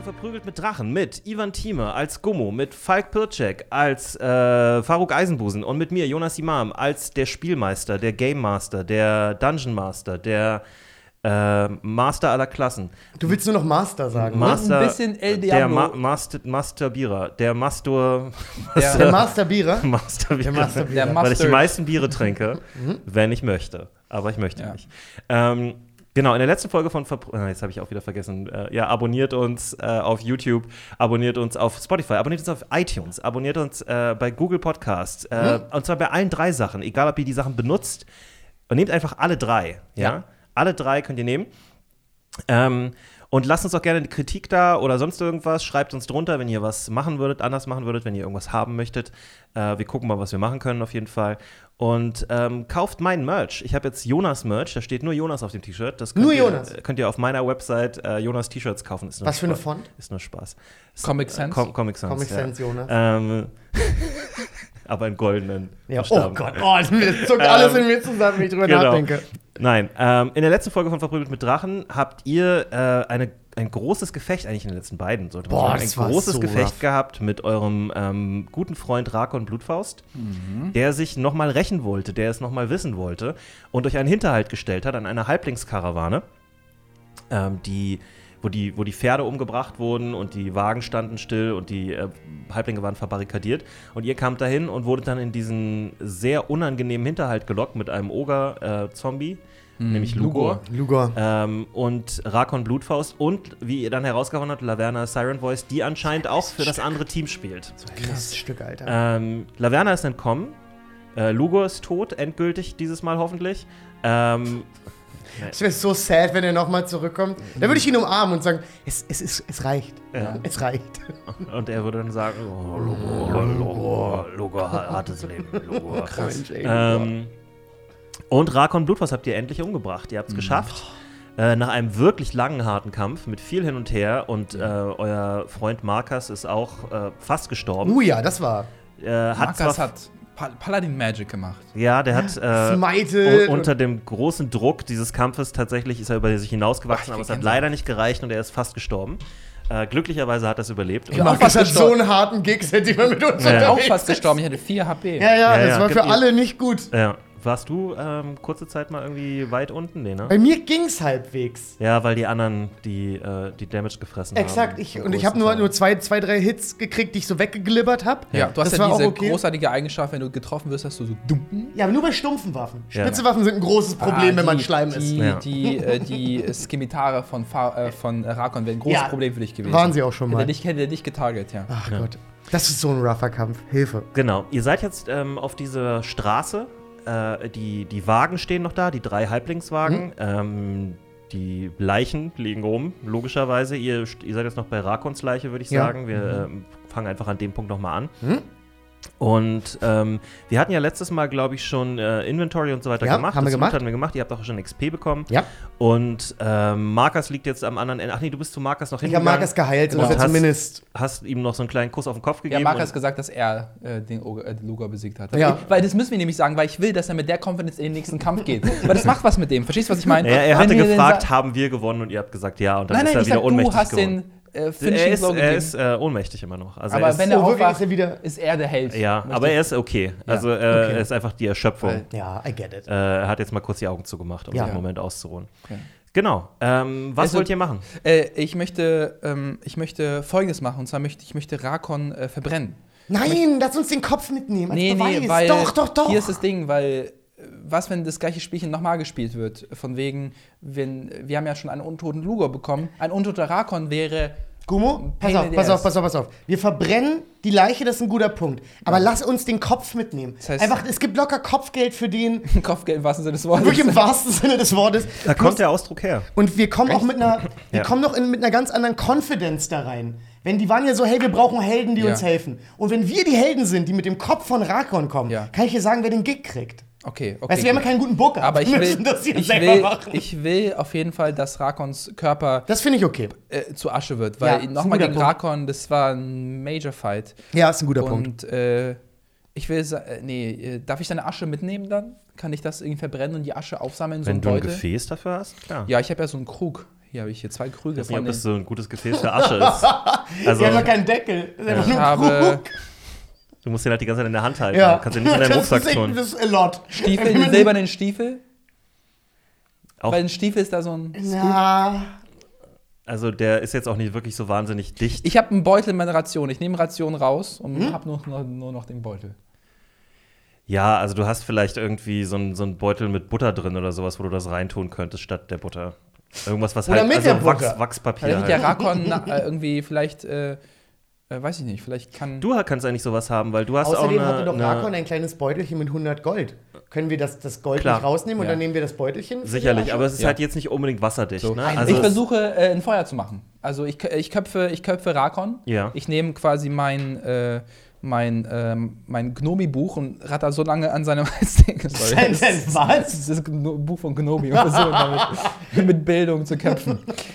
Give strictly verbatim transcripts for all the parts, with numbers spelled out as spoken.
zu Verprügelt mit Drachen mit Ivan Thieme als Gummo, mit Falk Pircek als äh, Faruk Eisenbusen und mit mir, Jonas Imam, als der Spielmeister, der Game Master, der Dungeon Master, der äh, Master aller Klassen. Du willst nur noch Master sagen, Master, ein bisschen El Diablo. Der Ma- Master, Masterbierer, der Mastor... Der, der Masterbierer? Masterbierer, der Masterbierer. Der weil ich die Master- meisten Biere trinke, wenn ich möchte. Aber ich möchte Ja. nicht. Ähm, Genau, in der letzten Folge von Verpr- ah, jetzt habe ich auch wieder vergessen. Äh, ja, abonniert uns äh, auf YouTube, abonniert uns auf Spotify, abonniert uns auf iTunes, abonniert uns äh, bei Google Podcasts. Äh, Hm? Und zwar bei allen drei Sachen, egal ob ihr die Sachen benutzt. Und nehmt einfach alle drei. Ja? Ja. Alle drei könnt ihr nehmen. Ähm, und lasst uns auch gerne eine Kritik da oder sonst irgendwas. Schreibt uns drunter, wenn ihr was machen würdet, anders machen würdet, wenn ihr irgendwas haben möchtet. Äh, wir gucken mal, was wir machen können auf jeden Fall. Und ähm, kauft meinen Merch. Ich habe jetzt Jonas-Merch, da steht nur Jonas auf dem T-Shirt. Das könnt Nur ihr, Jonas? Könnt ihr auf meiner Website äh, Jonas-T-Shirts kaufen. Ist nur Was für eine Spaß. Font? Ist nur Spaß. Ist, Comic äh, Sans? Com- Comic Sans, Comic ja. Sans, Jonas. Ähm, aber in goldenen Ja, oh Buchstaben. Gott, oh, das zuckt alles in mir zusammen, wenn ich drüber Genau. nachdenke. Nein, ähm, in der letzten Folge von Verprügelt mit Drachen habt ihr äh, eine, ein großes Gefecht, eigentlich in den letzten beiden, sollte man Boah, sagen, das ein war großes so Gefecht rough. gehabt mit eurem ähm, guten Freund Rakon Blutfaust, der sich nochmal rächen wollte, der es nochmal wissen wollte und euch einen Hinterhalt gestellt hat an einer Halblingskarawane, ähm, die wo die, wo die Pferde umgebracht wurden und die Wagen standen still und die äh, Halblinge waren verbarrikadiert. Und ihr kamt dahin und wurdet dann in diesen sehr unangenehmen Hinterhalt gelockt mit einem Oger-Zombie, Hm, nämlich Lugor. Lugor. Ähm, und Rakon Blutfaust und, wie ihr dann herausgefunden habt, Laverna Siren Voice, die anscheinend auch für das andere Team spielt. Krass Stück, Alter. Ähm, Laverna ist entkommen. Äh, Lugor ist tot, endgültig dieses Mal hoffentlich. Ähm, Es wäre so sad, wenn er nochmal zurückkommt. Dann würde ich ihn umarmen und sagen, es, es, es, es reicht. Ja. Es reicht. Und er würde dann sagen, oh, Lugor, Lugor, Lugor, hartes Leben, Lugor. Mensch, ey, Ähm, und Rakon Blutfaust habt ihr endlich umgebracht. Ihr habt es geschafft. Äh, nach einem wirklich langen, harten Kampf mit viel hin und her. Und äh, euer Freund Markas ist auch äh, fast gestorben. Uh ja, das war. Äh, hat Markus zwar, hat Pal- Paladin Magic gemacht. ja, der hat äh, Smited. un- unter dem großen Druck dieses Kampfes tatsächlich ist er über sich hinausgewachsen, Ach, aber ich es hat kenn's leider nicht gereicht und er ist fast gestorben. Äh, glücklicherweise hat er es überlebt. Ich bin Markus auch fast hat so gestorben. einen harten Gig, seitdem er mit uns Ja. Ich bin auch unterwegs fast ist. gestorben, ich hatte vier H P. Ja, ja, Ja, das ja, war für gibt ihr- alle nicht gut. Ja. Warst du ähm, kurze Zeit mal irgendwie weit unten? Nee, ne? Bei mir ging's halbwegs. Ja, weil die anderen die, äh, die Damage gefressen Exakt, haben. ich, Zum und ich größten habe nur, Teil. nur zwei, zwei, drei Hits gekriegt, die ich so weggeglibbert habe. Ja, du hast Das ja war auch diese okay. großartige Eigenschaft, wenn du getroffen wirst, hast du so dumm. Ja, aber nur bei stumpfen Waffen. Ja. Spitze Waffen sind ein großes Problem, Ah, wenn man die- Schleim die, ist. Ja. Die, äh, die Skemitare von, Fa äh, von Rakon wären ein großes Ja, Problem für dich gewesen. waren sie auch schon Hätte mal. er dich, hätte er dich getarget, ja. Ach Gott. Das ist so ein rougher Kampf. Hilfe. Genau, ihr seid jetzt ähm, auf dieser Straße. Äh, die, die Wagen stehen noch da, die drei Halblingswagen. Mhm. Ähm, die Leichen liegen rum, logischerweise. Ihr, ihr seid jetzt noch bei Rakons Leiche, würde ich Ja. sagen. Wir ähm, fangen einfach an dem Punkt nochmal an. Mhm. Und ähm, wir hatten ja letztes Mal, glaube ich, schon äh, Inventory und so weiter Ja, gemacht. haben wir Das gemacht. hatten wir gemacht. Ihr habt auch schon X P bekommen. Ja. Und ähm, Markus liegt jetzt am anderen Ende. Ach nee, du bist zu Markus noch Ich habe hingegangen. Markus geheilt, Genau. dass er Hast- zumindest. Hast ihm noch so einen kleinen Kuss auf den Kopf Ja, gegeben. Mark und- hat gesagt, dass er äh, den, Oger- äh, den Lugor besiegt hat. Ja. Ich, weil das müssen wir nämlich sagen, weil ich will, dass er mit der Confidence in den nächsten Kampf geht. Weil das macht was mit dem. Verstehst du, was ich meine? Er, er Wenn hatte wir den gefragt, sa- haben wir gewonnen und ihr habt gesagt ja und dann Nein, ist nein, er ich wieder sag, du ohnmächtig hast geworden. den äh, er Finishing ist, Blow er gegeben. ist äh, ohnmächtig immer noch. Also aber er ist, wenn er Oh, wirklich, aufwacht, ist er wieder- ist er der Held. ja, Möchte aber ich- er ist okay. Also äh, okay. er ist einfach die Erschöpfung. Weil- Ja, I get it. Äh, er hat jetzt mal kurz die Augen zugemacht, um Ja. sich einen Moment auszuruhen. Okay. Genau. Ähm, was Also- wollt ihr machen? Äh, ich, möchte, ähm, ich möchte Folgendes machen. Und zwar möchte ich möchte Rakon äh, verbrennen. Nein, lass uns den Kopf mitnehmen. Als Nee, Beweis. nee, weil doch, doch, doch. hier ist das Ding, weil äh, was, wenn das gleiche Spielchen nochmal gespielt wird? Von wegen, wenn, wir haben ja schon einen untoten Lugor bekommen. Ein untoter Rakon wäre Gummo, pass Pain auf, in the pass auf, ass. pass auf, pass auf. Wir verbrennen die Leiche, das ist ein guter Punkt. Aber lass uns den Kopf mitnehmen. Das heißt- Einfach, es gibt locker Kopfgeld für den, Kopfgeld im wahrsten Sinne des Wortes. wirklich im wahrsten Sinne des Wortes. Da Plus- kommt der Ausdruck her. Und wir kommen auch mit einer, wir Ja. kommen noch in, mit einer ganz anderen Confidence da rein. Wenn die waren ja so, hey, wir brauchen Helden, die Ja. uns helfen. Und wenn wir die Helden sind, die mit dem Kopf von Rakon kommen, Ja. kann ich dir sagen, wer den Gig kriegt. Okay, okay. Weißt du, wir haben ja gut. keinen guten Book gehabt. Aber ich Wir will, müssen das hier ich, selber will, machen. ich will auf jeden Fall, dass Rakons Körper Das finde ich okay. äh, zu Asche wird. Ja, Weil ist ein nochmal guter gegen Punkt. Rakon, das war ein Major Fight. Ja, ist ein guter Punkt. Und äh, ich will, sa- äh, nee, äh, darf ich deine Asche mitnehmen dann? Kann ich das irgendwie verbrennen und die Asche aufsammeln in so Wenn einem du ein Beutel? Gefäß dafür hast, klar. Ja, ich habe ja so einen Krug Hier habe ich hier zwei Krüge Ich weiß nicht, von ob das den, so ein gutes Gefäß für Asche ist. Also, Die haben doch keinen Deckel. Das ist einfach Ich nur habe Krug. du musst den halt die ganze Zeit in der Hand halten. Ja. Du kannst den nicht in deinen Das Rucksack ist echt- tun. Das ist a lot. Stiefel, den silbernen Stiefel. Auch, Weil ein Stiefel ist da so ein. Ja. also der ist jetzt auch nicht wirklich so wahnsinnig dicht. Ich habe einen Beutel in meiner Ration. Ich nehme Ration raus und Hm? habe nur, nur, nur noch den Beutel. Ja, also du hast vielleicht irgendwie so einen so einen Beutel mit Butter drin oder sowas, wo du das reintun könntest statt der Butter. Irgendwas, was Oder halt, mit also der Wachs, Butter. Wachspapier Vielleicht der halt. Rakon na, äh, irgendwie vielleicht, äh, äh, weiß ich nicht, vielleicht kann. Du kannst eigentlich sowas haben, weil du hast Außerdem auch eine, hatte doch eine Rakon ein kleines Beutelchen mit hundert Gold. Können wir das, das Gold Klar. nicht rausnehmen und Ja. dann nehmen wir das Beutelchen? für die Sicherlich, Asche? aber es ist Ja. halt jetzt nicht unbedingt wasserdicht. So. Ne? Ein- Also ich es- versuche, äh, ein Feuer zu machen. Also ich, kö- ich köpfe, ich köpfe Rakon. Ja. Ich nehme quasi mein, äh, mein, ähm, mein Gnomi-Buch und ratter so lange an seinem Sorry, Sein- sein das- was? Das ist das Gno- Buch von Gnomi, um versuche damit mit Bildung zu kämpfen.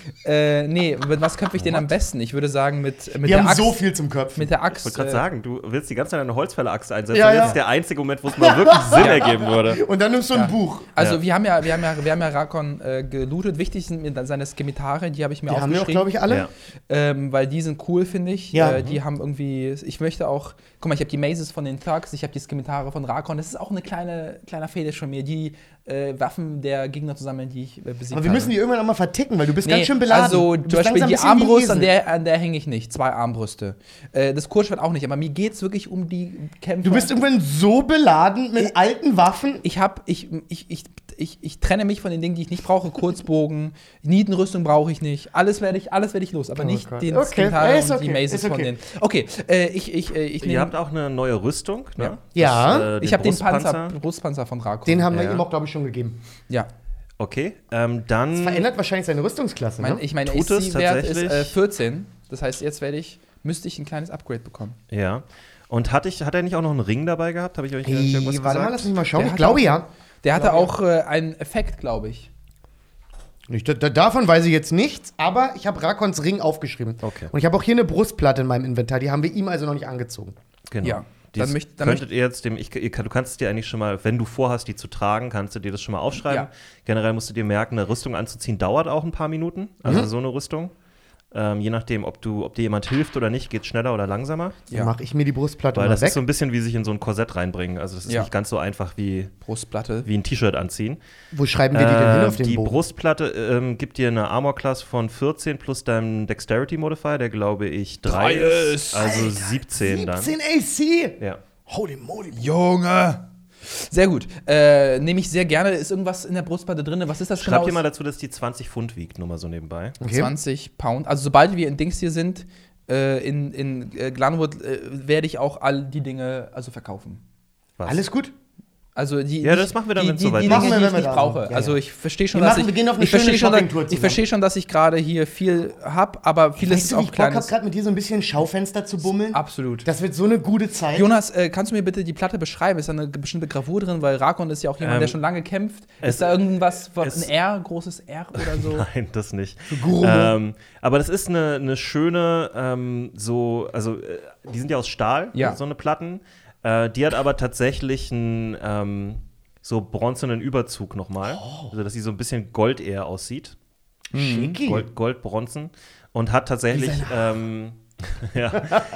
äh, nee, mit was köpfe ich den am besten? Ich würde sagen, mit, mit Wir der haben Axt. so viel zum Köpfen. Mit der Ich Axt. wollte gerade äh, sagen, du willst die ganze Zeit eine Holzfäller-Axt einsetzen. Ja, und ja. jetzt ist der einzige Moment, wo es mal wirklich Sinn ergeben würde. Und dann nimmst du Ja. ein Buch. Also Ja. wir haben ja, wir haben ja, wir haben ja Rakon äh, gelootet. Wichtig sind mir dann seine Skemitare, die habe ich mir Die haben wir auch, aufgeschrieben. glaube ich, alle. Ja. Ähm, weil die sind cool, finde ich. Ja. Äh, die haben irgendwie, ich möchte auch, guck mal, ich habe die Mazes von den Thugs, ich habe die Skemitare von Rakon. Das ist auch eine kleine, kleiner Fetisch von mir, die äh, Waffen der Gegner zu sammeln, die ich äh, besiegt Aber wir müssen habe. die irgendwann auch mal verticken, weil du bist Nee, ganz schön beladen. also Du zum bist Beispiel langsam die ein bisschen wie Armbrust, an Esel. der, an der hänge ich nicht. Zwei Armbrüste. Äh, das Kurzschwert auch nicht, aber mir geht es wirklich um die Kämpfe. Du bist irgendwann so beladen mit Ich- alten Waffen. Ich habe, ich, ich, ich, ich, ich trenne mich von den Dingen, die ich nicht brauche. Kurzbogen, Nietenrüstung brauche ich nicht. Alles werde ich, alles werde ich los, aber Oh nicht Gott. den Okay, Skemitare ist und die okay, Mazes ist von okay. denen. Okay, äh, ich, ich, äh, ich Ihr nehme. habt auch eine neue Rüstung, ne? Ja. Das, äh, Ich habe den Panzer, Brustpanzer. Brustpanzer von Rakon. Den haben wir Ja. ihm auch, glaube ich, schon gegeben. Ja. Okay, ähm, dann. Das verändert wahrscheinlich seine Rüstungsklasse, Mein, ne? ich meine, Tut es A C-Wert ist tatsächlich? äh, vierzehn. Das heißt, jetzt werde ich, müsste ich ein kleines Upgrade bekommen. Ja. Und hat, ich, hat er nicht auch noch einen Ring dabei gehabt? Habe ich euch Hey, irgendwas warte mal, gesagt? lass mich mal schauen. Der Ich hat glaube auch- ja. Der hatte Glaub, auch äh, einen Effekt, glaube ich. Nicht, da, da, davon weiß ich jetzt nichts, aber ich habe Rakons Ring aufgeschrieben. Okay. Und ich habe auch hier eine Brustplatte in meinem Inventar. Die haben wir ihm also noch nicht angezogen. Genau. Ja. Dies Dann möcht- dann könntet ihr jetzt dem, ich, ihr, kann- du kannst es dir eigentlich schon mal, wenn du vorhast, die zu tragen, kannst du dir das schon mal aufschreiben. Ja. Generell musst du dir merken, eine Rüstung anzuziehen dauert auch ein paar Minuten. Also Mhm. so eine Rüstung. Ähm, je nachdem, ob, du, ob dir jemand hilft oder nicht, geht es schneller oder langsamer. Dann Ja. mache ich mir die Brustplatte Weil mal das weg. ist so ein bisschen wie sich in so ein Korsett reinbringen. Also das ist Ja. nicht ganz so einfach wie, Brustplatte. wie ein T-Shirt anziehen. Wo schreiben wir die denn hin Äh, auf den die Bogen? Brustplatte ähm, gibt dir eine Armor-Class von vierzehn plus deinem Dexterity-Modifier, der glaube ich drei Drei ist. ist. Also Alter, siebzehn dann. siebzehn A C! Ja. Holy moly. Junge! Sehr gut. Äh, Nehme ich sehr gerne. Ist irgendwas in der Brustplatte drin? Was ist das Schreib dir genau? mal dazu, dass die zwanzig Pfund wiegt, nur mal so nebenbei. Okay. zwanzig Pound. Also sobald wir in Dings hier sind, äh, in, in äh, Glenwood, äh, werde ich auch all die Dinge also verkaufen. Was? Alles gut? Also die, Ja, die- das machen wir dann, die, wenn's die, soweit die ist. Dinge, Machen wir, die wenn ich wir nicht da brauche. sind. Ja, also ja. ich verstehe schon, Wir dass machen- ich wir gehen auf eine ich verstehe schöne schon, dass, Shoppingtour ich zusammen. verstehe schon, dass ich gerade hier viel habe, aber vieles Weißt ist du, wie auch ich Bock habe, kleines. gerade mit dir so ein bisschen Schaufenster zu bummeln? Absolut. Das wird so eine gute Zeit. Jonas, äh, kannst du mir bitte die Platte beschreiben? Ist da eine bestimmte Gravur drin? Weil Rakon ist ja auch jemand, Ähm, der schon lange kämpft. es- Ist da irgendwas, ein es- R, großes R oder so? Nein, das nicht. Gurumo. Ähm, aber das ist eine, eine schöne, ähm, so, also äh, die sind ja aus Stahl, Ja. so eine Platten. Äh, die hat aber tatsächlich einen ähm, so bronzenen Überzug nochmal. Oh. Also dass sie so ein bisschen Gold eher aussieht. Schicki. Gold, Gold, Bronzen. Und hat tatsächlich, Wie ähm, ja,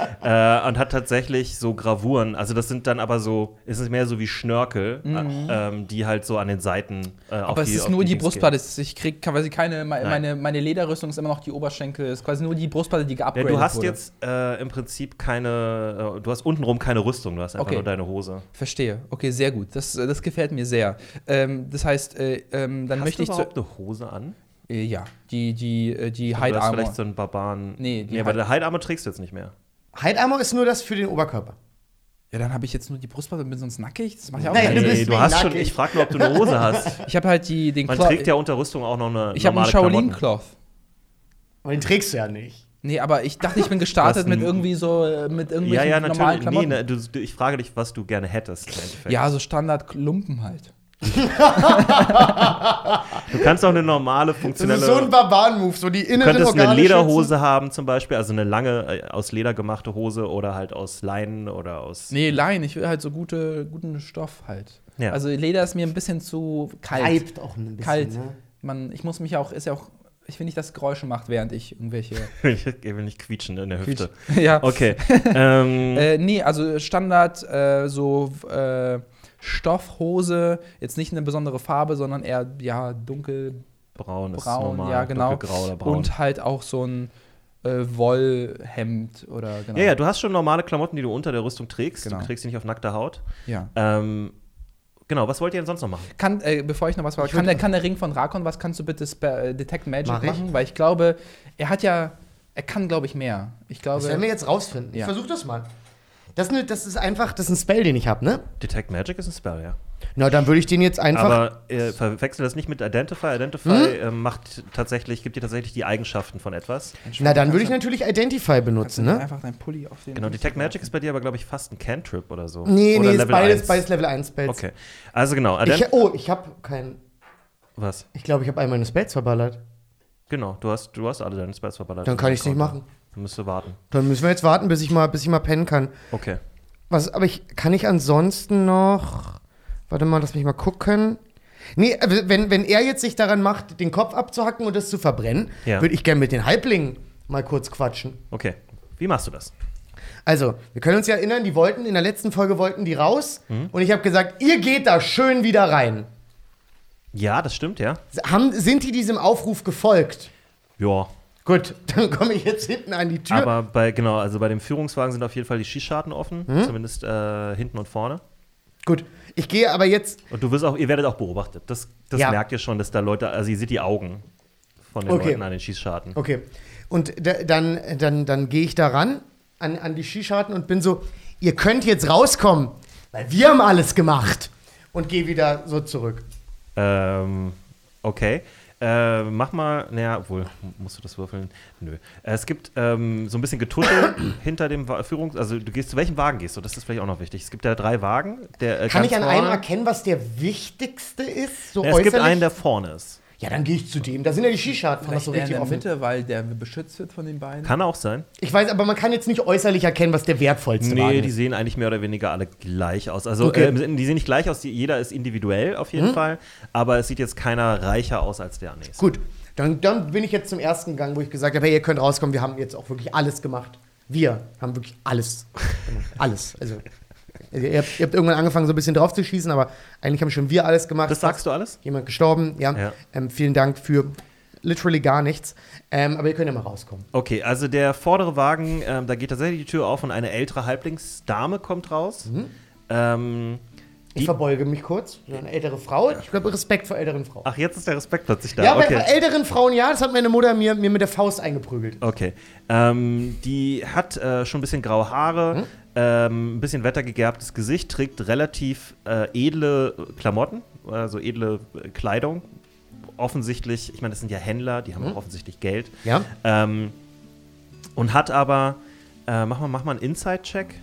äh, und hat tatsächlich so Gravuren. Also das sind dann aber so, es ist mehr so wie Schnörkel, äh, ähm, die halt so an den Seiten äh, auf Aber es die, ist auf nur die Dings Brustplatte. Ich krieg quasi keine, me- Nein. meine, meine Lederrüstung ist immer noch die Oberschenkel. Es ist quasi nur die Brustplatte, die Ja, geupgradet du hast wurde. jetzt äh, im Prinzip keine, äh, du hast untenrum keine Rüstung, du hast einfach Okay. nur deine Hose. Verstehe. Okay, sehr gut. Das, äh, das gefällt mir sehr. Ähm, das heißt, äh, ähm, dann Hast möchte du ich zu, überhaupt eine Hose an? äh, ja, die, die, äh, die Du hast Hide vielleicht Armor. so einen Barbaren. Nee, die nee aber Hide- der Hide Armor trägst du jetzt nicht mehr. Hide Armor ist nur das für den Oberkörper. Ja, dann habe ich jetzt nur die Brustplatte und bin sonst nackig. Das macht ja auch Nein, keinen du Sinn. bist du hast schon, nackig. ich frage nur, ob du eine Hose hast. Ich habe halt die, den Man Cloth- trägt ja unter Rüstung auch noch eine Ich habe einen normale Klamotten. Shaolin-Cloth. Aber den trägst du ja nicht. Nee, aber ich dachte, ich bin gestartet Du hast mit ein- irgendwie so, äh, mit Ja, irgendwelchen ja, normalen natürlich. Nee, Klamotten. ne, du, du, ich frage dich, was du gerne hättest im Endeffekt. Ja, so Standard-Lumpen halt. Du kannst auch eine normale, Das funktionelle. ist so ein Barbaren-Move, so die du inneren könntest eine Organe Lederhose haben zum Beispiel, also eine lange, äh, aus Leder gemachte Hose oder halt aus Leinen oder aus. Nee, Lein, ich will halt so gute, guten Stoff halt. Ja. Also Leder ist mir ein bisschen zu kalt. reibt auch ein bisschen. Kalt. Ne? Man, ich muss mich ja auch, ist ja auch Ich will nicht, dass es Geräusche macht, während ich irgendwelche. Ich will nicht quietschen in der Hüfte. ja. Okay. ähm, äh, nee, also Standard, äh, so äh, Stoffhose, jetzt nicht eine besondere Farbe, sondern eher, ja, dunkel. Braun ist Braun, normal. ja, genau. Dunkelgrau oder braun. Und halt auch so ein äh, Wollhemd oder genau. Ja, ja, du hast schon normale Klamotten, die du unter der Rüstung trägst. Genau. Du trägst sie nicht auf nackter Haut. Ja. Ähm, genau, was wollt ihr denn sonst noch machen? Kann, äh, bevor ich noch was frage, kann der, kann der Ring von Rakon, was kannst du bitte Spe- äh, Detect Magic Mach ich. machen? Weil ich glaube, er hat ja, er kann, glaube ich, mehr. Ich glaube, Das werden wir jetzt rausfinden. Ja. Ich versuch das mal. Das, ne, das ist einfach, das ist ein Spell, den ich habe, ne? Detect Magic ist ein Spell, ja. Na, dann würde ich den jetzt einfach. Aber äh, verwechsel das nicht mit Identify. Identify Hm? äh, macht tatsächlich, gibt dir tatsächlich die Eigenschaften von etwas. Na, dann würde ich natürlich Identify benutzen, ne? Einfach dein Pulli auf den. Genau, Detect Magic ist bei dir aber, glaube ich, fast ein Cantrip oder so. Nee, oder nee, ist Level beides, eins. beides Level eins Spells. Okay. Also genau, Ident- Ich, oh, ich habe kein. was? Ich glaube, ich habe all meine Spells verballert. Genau, du hast, du hast alle deine Spells verballert. Dann kann ich es nicht machen. Dann musst du warten. Dann müssen wir jetzt warten, bis ich mal, bis ich mal pennen kann. Okay. Was, aber ich kann ich ansonsten noch. Warte mal, lass mich mal gucken. Nee, also wenn, wenn er jetzt sich daran macht, den Kopf abzuhacken und das zu verbrennen, Ja. würde ich gerne mit den Halblingen mal kurz quatschen. Okay. Wie machst du das? Also, wir können uns ja erinnern, die wollten, in der letzten Folge wollten die raus. Mhm. Und ich habe gesagt, ihr geht da schön wieder rein. Ja, das stimmt, ja. Haben, sind die diesem Aufruf gefolgt? Ja. Gut, dann komme ich jetzt hinten an die Tür. Aber bei, genau, also bei dem Führungswagen sind auf jeden Fall die Schießscharten offen, Mhm. zumindest äh, hinten und vorne. Gut, ich gehe aber jetzt. Und du wirst auch, ihr werdet auch beobachtet. Das, das Ja. merkt ihr schon, dass da Leute, also ihr seht die Augen von den Okay. Leuten an den Schießscharten. Okay. Und da, dann, dann, dann gehe ich da ran an, an die Skischarten und bin so, ihr könnt jetzt rauskommen, weil wir haben alles gemacht. Und gehe wieder so zurück. Ähm, okay. Äh, mach mal, naja, obwohl, musst du das würfeln? Nö. Äh, es gibt ähm, so ein bisschen Getuschel hinter dem Wa- Führungs-, also du gehst, zu welchem Wagen gehst du? Das ist vielleicht auch noch wichtig. Es gibt ja drei Wagen. Der, äh, Kann ganz ich an vorne- einem erkennen, was der wichtigste ist? So Ja, es gibt äußerlich? einen, der vorne ist. Ja, dann gehe ich zu dem. Da sind ja die Skischarten noch Vielleicht so der in richtig der offen. Mitte, weil der beschützt wird von den beiden. Kann auch sein. Ich weiß, aber man kann jetzt nicht äußerlich erkennen, was der wertvollste Nee, Wagen die ist. sehen eigentlich mehr oder weniger alle gleich aus. Also Okay. äh, die sehen nicht gleich aus, die, jeder ist individuell auf jeden Mhm. Fall, aber es sieht jetzt keiner reicher aus als der nächste. Gut, dann, dann bin ich jetzt zum ersten Gang, wo ich gesagt habe, hey, ihr könnt rauskommen, wir haben jetzt auch wirklich alles gemacht. Wir haben wirklich alles gemacht. Alles. Also, ihr habt, ihr habt irgendwann angefangen, so ein bisschen drauf zu schießen, aber eigentlich haben schon wir alles gemacht. Das sagst du alles? Jemand gestorben, ja. Ja. Ähm, vielen Dank für literally gar nichts. Ähm, aber ihr könnt ja mal rauskommen. Okay, also der vordere Wagen, ähm, da geht tatsächlich die Tür auf und eine ältere Halblingsdame kommt raus. Mhm. Ähm, Ich die, verbeuge mich kurz. So eine ältere Frau. Ich habe Respekt vor älteren Frauen. ach, jetzt ist der Respekt plötzlich da. ja, bei okay. älteren Frauen, ja, das hat meine Mutter mir, mir mit der Faust eingeprügelt. Okay. Ähm, die hat äh, schon ein bisschen graue Haare, Hm? ähm, ein bisschen wettergegerbtes Gesicht, trägt relativ äh, edle Klamotten, also edle äh, Kleidung. Offensichtlich, ich meine, das sind ja Händler, die haben Hm? auch offensichtlich Geld. Ja. Ähm, und hat aber, äh, mach mal, mach mal einen Inside-Check.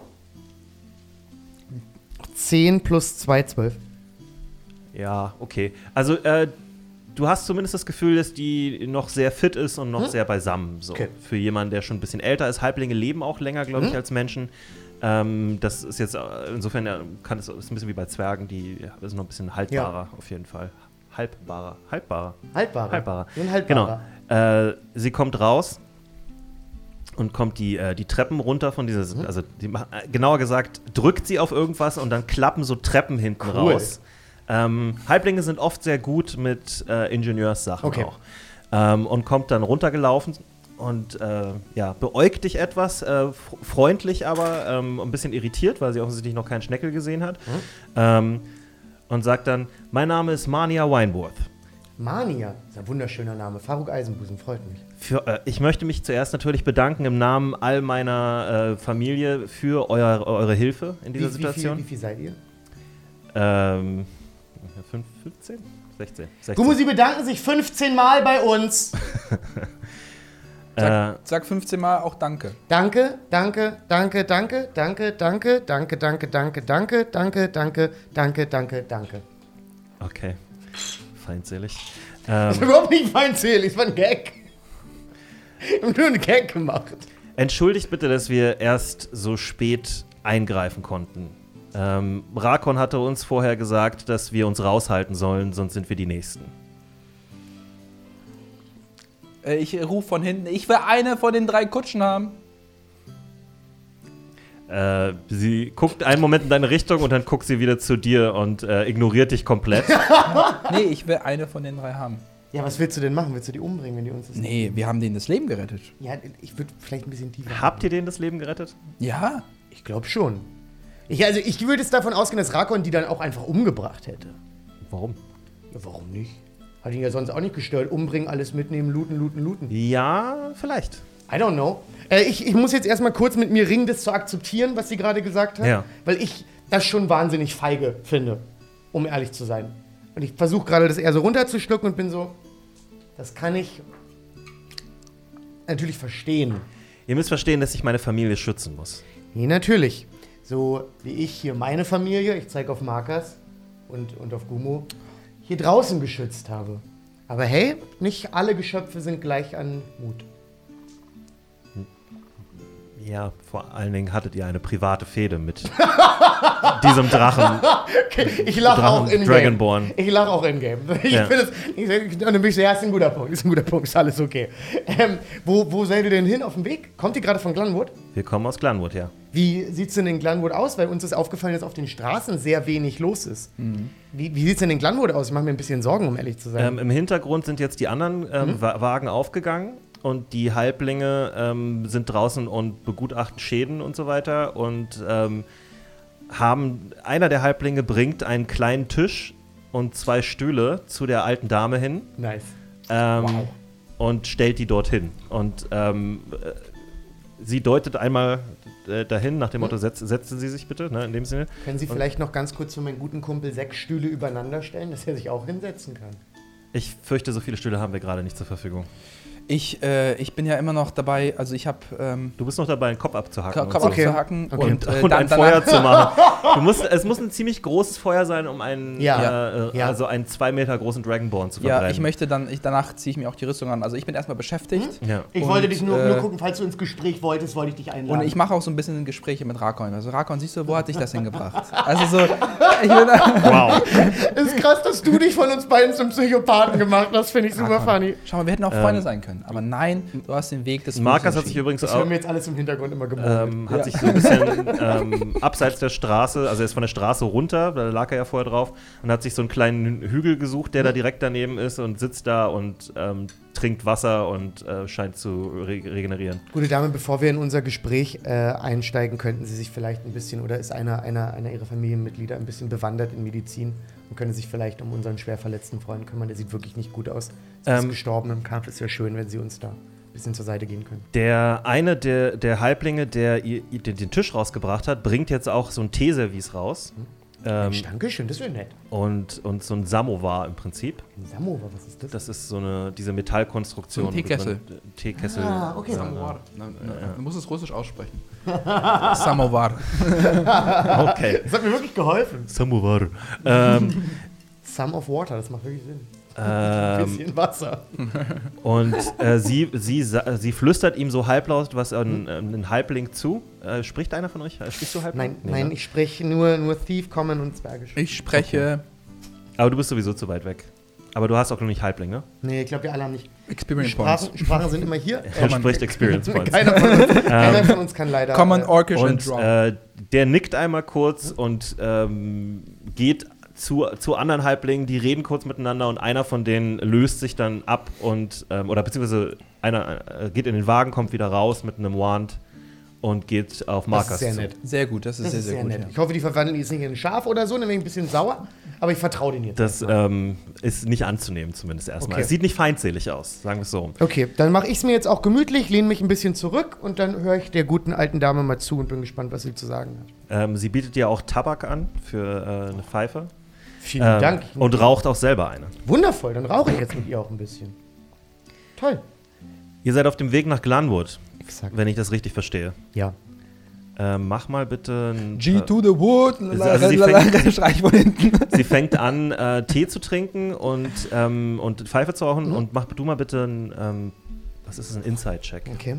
zehn plus zwei, zwölf. Ja, okay. Also, äh, du hast zumindest das Gefühl, dass die noch sehr fit ist und noch Hm? sehr beisammen. So. Okay. Für jemanden, der schon ein bisschen älter ist. Halblinge leben auch länger, glaube ich, Hm? als Menschen. Ähm, das ist jetzt, äh, insofern ja, kann es ist ein bisschen wie bei Zwergen, die ja, sind noch ein bisschen haltbarer, auf jeden Fall. Haltbarer. Haltbarer. Haltbarer. Haltbarer. So ein Haltbarer. Genau. Äh, sie kommt raus und kommt die, äh, die Treppen runter von dieser, Mhm. also die, ma- äh, genauer gesagt, drückt sie auf irgendwas und dann klappen so Treppen hinten Cool. raus. Ähm, Halblinge sind oft sehr gut mit äh, Ingenieurssachen Okay. auch. Ähm, und kommt dann runtergelaufen und äh, ja, beäugt dich etwas, äh, f- freundlich aber, ähm, ein bisschen irritiert, weil sie offensichtlich noch keinen Schneckel gesehen hat. Mhm. Ähm, und sagt dann, mein Name ist Mania Wineworth. Mania. Das ist ein wunderschöner Name. Faruk Eisenbusen, freut mich. Für, äh, ich möchte mich zuerst natürlich bedanken im Namen all meiner äh, Familie für euer, eure Hilfe in dieser wie, Situation. Wie viel, wie viel seid ihr? Ähm, fünf, fünfzehn? sechzehn. sechzehn. Gumusi bedanken sich fünfzehn Mal bei uns. äh, Sag, sag fünfzehn Mal auch Danke. Danke, danke, danke, danke, danke, danke, danke, danke, danke, danke, danke, danke, danke, danke, danke. okay. Feindselig. Das ist Ähm, überhaupt nicht feindselig, das war ein Gag. Ich hab nur einen Gag gemacht. entschuldigt bitte, dass wir erst so spät eingreifen konnten. Ähm, Rakon hatte uns vorher gesagt, dass wir uns raushalten sollen, sonst sind wir die Nächsten. Äh, ich rufe von hinten, ich will eine von den drei Kutschen haben. Äh, sie guckt einen Moment in deine Richtung und dann guckt sie wieder zu dir und äh, ignoriert dich komplett. Nee, ich will eine von den drei haben. Ja, was willst du denn machen? Willst du die umbringen, wenn die uns das Nee, wir haben denen das Leben gerettet. Ja, ich würde vielleicht ein bisschen tiefer. Habt ihr denen das Leben gerettet? Ja. Ich glaube schon. Ich, also ich würde jetzt davon ausgehen, dass Rakon die dann auch einfach umgebracht hätte. Warum? Ja, warum nicht? Hat ihn ja sonst auch nicht gestört. Umbringen, alles mitnehmen, looten, looten, looten. Ja, vielleicht. I don't know. Äh, ich, ich muss jetzt erstmal kurz mit mir ringen, das zu akzeptieren, was sie gerade gesagt hat. Ja. Weil ich das schon wahnsinnig feige finde, um ehrlich zu sein. Und ich versuche gerade das eher so runterzuschlucken und bin so, das kann ich natürlich verstehen. Ihr müsst verstehen, dass ich meine Familie schützen muss. Nee, natürlich. So wie ich hier meine Familie, ich zeige auf Markus und, und auf Gummo, hier draußen geschützt habe. Aber hey, nicht alle Geschöpfe sind gleich an Mut. Ja, vor allen Dingen hattet ihr eine private Fehde mit diesem Drachen. Okay, ich lache auch in-game. Dragonborn. Ich lache auch in-game. Ich Ja. finde es, ich, und dann bin ich so, ja, ist ein guter Punkt, ist ein guter Punkt, ist alles okay. Ähm, wo, wo seid ihr denn hin auf dem Weg? Kommt ihr gerade von Glanwood? Wir kommen aus Glanwood, ja. Wie sieht es denn in Glanwood aus? Weil uns ist aufgefallen, dass auf den Straßen sehr wenig los ist. Mhm. Wie, wie sieht es denn in Glanwood aus? Ich mache mir ein bisschen Sorgen, um ehrlich zu sein. Ähm, Im Hintergrund sind jetzt die anderen ähm, Wa- Wagen aufgegangen und die Halblinge ähm, sind draußen und begutachten Schäden und so weiter und ähm, haben, einer der Halblinge bringt einen kleinen Tisch und zwei Stühle zu der alten Dame hin. Nice. Ähm, Wow. Und stellt die dorthin. Und ähm, äh, sie deutet einmal äh, dahin, nach dem Motto, setz, setzen Sie sich bitte, ne, in dem Sinne. Können Sie vielleicht noch ganz kurz für meinen guten Kumpel sechs Stühle übereinander stellen, dass er sich auch hinsetzen kann? Ich fürchte, so viele Stühle haben wir gerade nicht zur Verfügung. Ich, äh, ich bin ja immer noch dabei, also ich habe ähm, Du bist noch dabei, einen Kopf abzuhacken. Kopf und so. Okay. abzuhacken Okay. und, Und, äh, und dann, ein danach, Feuer zu machen. Du musst, es muss ein ziemlich großes Feuer sein, um einen, Ja. äh, äh, Ja. also einen zwei Meter großen Dragonborn zu verbrennen. Ja, ich möchte dann, ich, danach ziehe ich mir auch die Rüstung an. Also ich bin erstmal beschäftigt. Ja. Ich Und, wollte dich nur, äh, nur gucken, falls du ins Gespräch wolltest, wollte ich dich einladen. Und ich mache auch so ein bisschen Gespräche mit Rakon. Also Rakon, siehst du, wo hat dich das hingebracht? Also so, ich bin Wow. ist krass, dass du dich von uns beiden zum Psychopathen gemacht hast, finde ich super Rakon. funny. Schau mal, wir hätten auch Freunde sein können. Aber nein, du hast den Weg des Markus Bösen hat sich entschieden. übrigens Das auch, hören wir jetzt alles im Hintergrund immer gemurmelt. ähm, hat Ja. sich so ein bisschen ähm, abseits der Straße, also er ist von der Straße runter, da lag er ja vorher drauf, und hat sich so einen kleinen Hügel gesucht, der da direkt daneben ist und sitzt da und ähm, trinkt Wasser und äh, scheint zu re regenerieren. Gute Dame, bevor wir in unser Gespräch äh, einsteigen, könnten Sie sich vielleicht ein bisschen, oder ist einer, einer, einer Ihrer Familienmitglieder ein bisschen bewandert in Medizin und können sich vielleicht um unseren schwer verletzten Freund kümmern? Der sieht wirklich nicht gut aus. Er ist Ähm, gestorben im Kampf. Es wäre schön, wenn Sie uns da ein bisschen zur Seite gehen können. Der eine der, der Halblinge, der ihr, ihr den, den Tisch rausgebracht hat, bringt jetzt auch so ein Teeservice raus. Ähm, Mensch, Dankeschön, das wäre nett. und, und so ein Samovar im Prinzip. Ein Samovar, was ist das? Das ist so eine, diese Metallkonstruktion. So ein Teekessel. wo drin- Teekessel. Ah, okay. Samovar. Na, na, Du musst es russisch aussprechen. Samovar. Okay. Das hat mir wirklich geholfen. Samovar. ähm, Some of Water, das macht wirklich Sinn. ähm, Bisschen Wasser. und äh, sie, sie, sa- sie flüstert ihm so halblaut was an einen Halbling zu. Äh, spricht einer von euch? Äh, Sprichst du Halbling? Nein, Nee, nein, ne? ich spreche nur, nur Thief, Common und Zwergisch. Ich spreche Aber du bist sowieso zu weit weg. Aber du hast auch noch nicht Halbling, ne? Nee, ich glaube, wir alle haben nicht. Experience Points. Sprachen, Sprachen sind immer hier. Er spricht Experience Points. Keiner von uns, keiner von uns kann leider. Common, äh, Orcish and Und Draw. äh, der nickt einmal kurz und ähm, geht zu, zu anderen Halblingen, die reden kurz miteinander und einer von denen löst sich dann ab und, ähm, oder beziehungsweise einer äh, geht in den Wagen, kommt wieder raus mit einem Wand und geht auf das Markus ist sehr zu. nett. Sehr gut, das ist Das sehr, ist sehr, sehr gut. nett. Ja. Ich hoffe, die verwandeln die jetzt nicht in ein Schaf oder so, dann bin ich ein bisschen sauer. Aber ich vertraue denen jetzt. Das erstmal. ähm, ist nicht anzunehmen, zumindest erstmal. Okay. Es sieht nicht feindselig aus, sagen wir es so. Okay, dann mache ich es mir jetzt auch gemütlich, lehne mich ein bisschen zurück und dann höre ich der guten alten Dame mal zu und bin gespannt, was sie zu sagen hat. Ähm, sie bietet dir auch Tabak an für äh, eine Pfeife. Vielen Ähm, Dank. Und raucht auch selber eine. Wundervoll, dann rauche ich jetzt mit ihr auch ein bisschen. Toll. Ihr seid auf dem Weg nach Glanwood, Exakt. wenn ich das richtig verstehe. Ja. Ähm, mach mal bitte ein, G äh, to the wood. Also sie fängt- Schrei ich von hinten. Sie fängt an, äh, Tee zu trinken und, ähm, und Pfeife zu rauchen. Mhm. Und mach du mal bitte ein, ähm, was ist das, ein Inside-Check. Okay.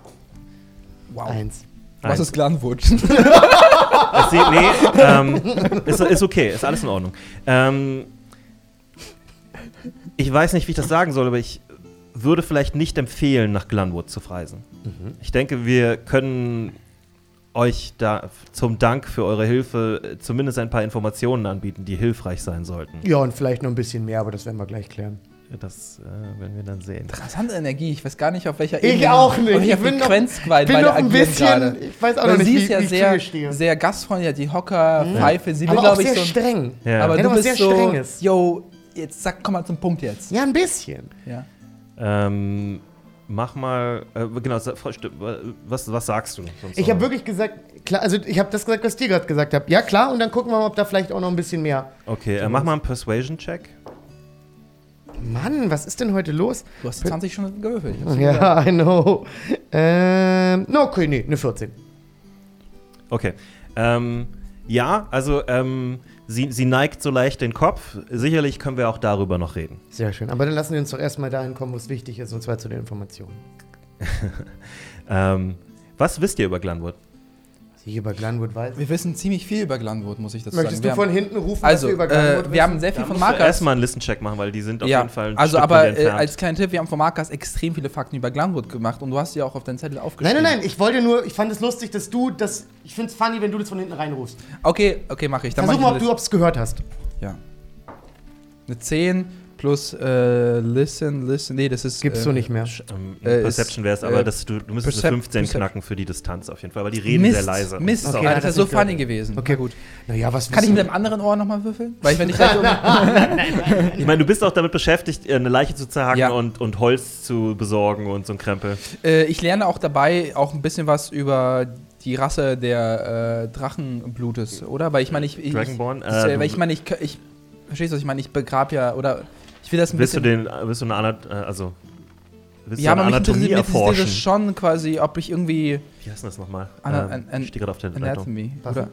Wow. Eins. Was ist Glanwood? Es sieht, nee, ähm, ist, ist okay, ist alles in Ordnung. Ähm, ich weiß nicht, wie ich das sagen soll, aber ich würde vielleicht nicht empfehlen, nach Glenwood zu reisen. Mhm. Ich denke, wir können euch da zum Dank für eure Hilfe zumindest ein paar Informationen anbieten, die hilfreich sein sollten. Ja, und vielleicht noch ein bisschen mehr, aber das werden wir gleich klären. Das äh, werden wir dann sehen. Interessante Energie. Ich weiß gar nicht, auf welcher Ich auch nicht. auf welcher Ich bin noch, Frequenz bin beide noch ein agieren bisschen, gerade. ich weiß auch Weil noch nicht, sie wie, ist ja wie sehr, ich stehe. sehr gastfreundlich, hat die Hocker, Mhm. Pfeife. Sie will, Aber auch glaube ich, sehr so ein, streng. Ja. Aber Ja, du doch, bist sehr so, strenges. yo, jetzt sag, komm mal zum Punkt jetzt. Ja, ein bisschen. Ja. Ähm, mach mal, äh, genau, was, was sagst du? Sonst Ich habe wirklich gesagt, klar, also ich habe das gesagt, was ich dir gerade gesagt habe. Ja, klar, und dann gucken wir mal, ob da vielleicht auch noch ein bisschen mehr. Okay, äh, mach mal einen Persuasion-Check. Mann, was ist denn heute los? Du hast zwanzig schon gewürfelt. Ich hab's Ja, I know. Ähm, no, okay, nee, eine vierzehn. Okay. Ähm, ja, also ähm, sie, sie neigt so leicht den Kopf. Sicherlich können wir auch darüber noch reden. Sehr schön. Aber dann lassen wir uns doch erstmal dahin kommen, wo es wichtig ist, und zwar zu den Informationen. ähm, was wisst ihr über Glenwood? Was ich über Glenwood weiß. Wir wissen ziemlich viel über Glenwood, muss ich dazu Möchtest sagen. du von hinten rufen, Also, was wir über äh, Glenwood wir wissen? haben sehr viel Da von musst du Markus. erstmal einen Listencheck machen, weil die sind auf Ja, jeden Fall ein also Stück aber von dir äh, entfernt. als kleinen Tipp, wir haben von Markus extrem viele Fakten über Glenwood gemacht und du hast die auch auf deinen Zettel Nein, aufgeschrieben. nein, nein, ich wollte nur, ich fand es lustig, dass du das, ich finde es funny, wenn du das von hinten reinrufst. Okay, okay, mache ich. Dann Versuch mach mal, ich ob du es gehört hast. Ja. Eine zehn plus äh, Listen, Listen, nee, das ist... Gibt's äh, so nicht mehr. Ähm, äh, Perception ist, wäre es, aber äh, das, du, du müsstest Percep- eine fünfzten Percep- knacken für die Distanz auf jeden Fall, weil die reden Mist, sehr leise. Mist, Okay, okay, ja, das das wäre so nicht gehört. funny gewesen. Okay, gut. Naja, was Kann ich mit wissen- dem anderen Ohr nochmal würfeln? Weil ich, wenn ich gleich Ich meine, du bist auch damit beschäftigt, eine Leiche zu zerhacken Ja. und, und Holz zu besorgen und so ein Krempel. äh, ich lerne auch dabei auch ein bisschen was über die Rasse der äh, Drachenblutes, oder? Weil ich meine, ich... ich Dragonborn? Ich, das, äh, Äh, weil ich meine, ich, ich... Verstehst du, was ich meine? Ich begrab ja, oder... Ich will das ein Willst du bisschen... den, willst du eine Anat äh, also willst Ja, du aber eine mich Anatomie interessiert, mich interessiert erforschen? das schon quasi, ob ich irgendwie... Wie heißt denn das nochmal? Ana- Ähm, an- an- ich stehe gerade auf der Leitung. Anatomy, Was? oder?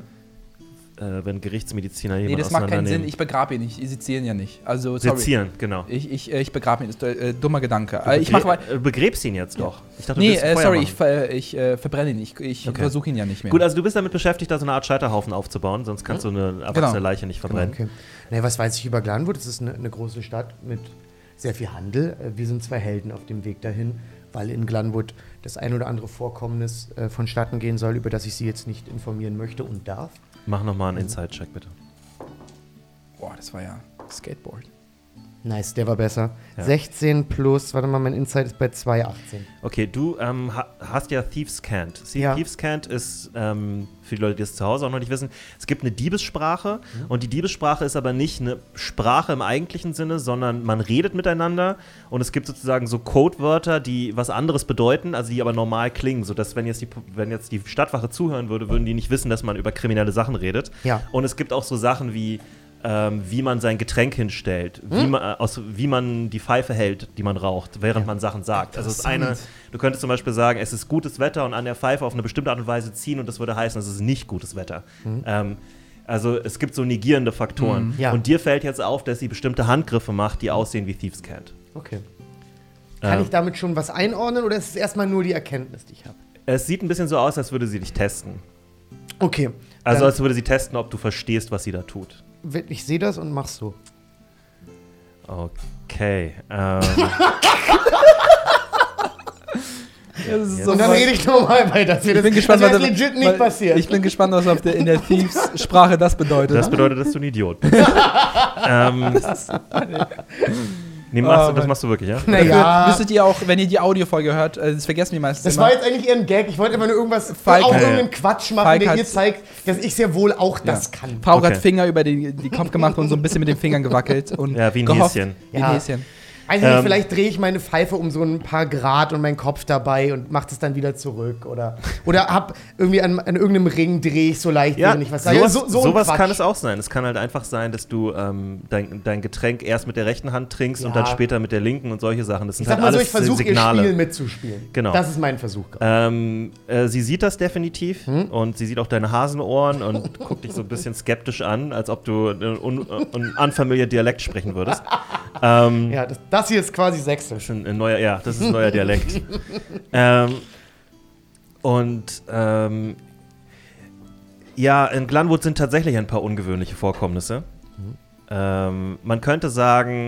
Äh, wenn Gerichtsmediziner Nee, jemanden das macht keinen Sinn. auseinandernehmen. Ich begrab ihn nicht. Sie sezieren ja nicht. Also, sorry. Sezieren, genau. Ich, ich, äh, ich begrab ihn. Das ist ein äh, dummer Gedanke. Du Äh, ich mach mal... begräb- äh, begräbst ihn jetzt doch. Ich dachte, du Nee, willst äh, Feuer sorry, machen. ich, ver, ich äh, verbrenne ihn. Ich, ich Okay. versuche ihn ja nicht mehr. Gut, also du bist damit beschäftigt, da so eine Art Scheiterhaufen aufzubauen, sonst kannst du eine erwachsene Genau. Leiche nicht verbrennen. Okay. Naja, was weiß ich über Glenwood? Es ist eine, eine große Stadt mit sehr viel Handel. Äh, Wir sind zwei Helden auf dem Weg dahin, weil in Glenwood das ein oder andere Vorkommnis äh, vonstatten gehen soll, über das ich Sie jetzt nicht informieren möchte und darf. Mach nochmal einen Inside-Check, bitte. Boah, das war ja Skateboard. Nice, der war besser. Ja. sechzehn plus, warte mal, mein Insight ist bei zwei achtzehn. Okay, du ähm, ha hast ja Thieves Cant. Sie- Ja. Thieves Cant ist, ähm, für die Leute, die es zu Hause auch noch nicht wissen, es gibt eine Diebessprache Mhm. und die Diebessprache ist aber nicht eine Sprache im eigentlichen Sinne, sondern man redet miteinander und es gibt sozusagen so Codewörter, die was anderes bedeuten, also die aber normal klingen, sodass wenn jetzt die, wenn jetzt die Stadtwache zuhören würde, würden die nicht wissen, dass man über kriminelle Sachen redet. Ja. Und es gibt auch so Sachen wie Ähm, wie man sein Getränk hinstellt, wie, Hm. man, äh, aus, wie man die Pfeife hält, die man raucht, während man Sachen sagt. Also es ist eine, du könntest zum Beispiel sagen, es ist gutes Wetter und an der Pfeife auf eine bestimmte Art und Weise ziehen und das würde heißen, es ist nicht gutes Wetter. Ähm, also es gibt so negierende Faktoren. Mhm, ja. Und dir fällt jetzt auf, dass sie bestimmte Handgriffe macht, die aussehen wie Thieves Cant. Okay. Kann Ähm. ich damit schon was einordnen oder ist es erstmal nur die Erkenntnis, die ich habe? Es sieht ein bisschen so aus, als würde sie dich testen. Okay. Also dann- als würde sie testen, ob du verstehst, was sie da tut. Ich sehe das und mach's so. Okay. Ähm, Das ist Und dann rede ich nochmal weiter. Das, ich bin gespannt, das was ist da- legit nicht weil- passiert. Ich bin gespannt, was auf der, in der Thieves-Sprache das bedeutet. das bedeutet, dass du ein Idiot bist. ähm, nee, machst du, das machst du wirklich, ja? naja, Müsstet ihr auch, wenn ihr die Audiofolge hört, äh, das vergessen die meisten das immer. war jetzt eigentlich eher ein Gag. Ich wollte einfach nur irgendwas, Falk- auch Ja, ja. irgendeinen Quatsch machen, Falk der hat- ihr zeigt, dass ich sehr wohl auch Ja. das kann. Paul Okay. hat Finger über die, die Kopf gemacht und so ein bisschen mit den Fingern gewackelt. Und Ja, wie ein gehofft, Häschen. Wie ein Ja. Häschen. Weiß ich nicht, Ähm, vielleicht drehe ich meine Pfeife um so ein paar Grad und meinen Kopf dabei und mache es dann wieder zurück. Oder, oder hab irgendwie an, an irgendeinem Ring drehe ich so leicht, Ja, wenn ich was sage. sowas, so, so ein sowas Quatsch. kann es auch sein. Es kann halt einfach sein, dass du ähm, dein, dein Getränk erst mit der rechten Hand trinkst Ja. und dann später mit der linken und solche Sachen. Das sind Ich sag halt mal so, alles ich versuche ihr Signale. Spiel mitzuspielen. Genau. Das ist mein Versuch gerade. Ähm, äh, sie sieht das definitiv und sie sieht auch deine Hasenohren und guckt dich so ein bisschen skeptisch an, als ob du einen un, un, unfamiliar Dialekt sprechen würdest. ähm, Ja, das, das hier ist quasi Sächsisch. Das ist ein, ein neuer, ja, das ist ein neuer Dialekt. ähm, und ähm, ja, in Glenwood sind tatsächlich ein paar ungewöhnliche Vorkommnisse. Ähm, man könnte sagen,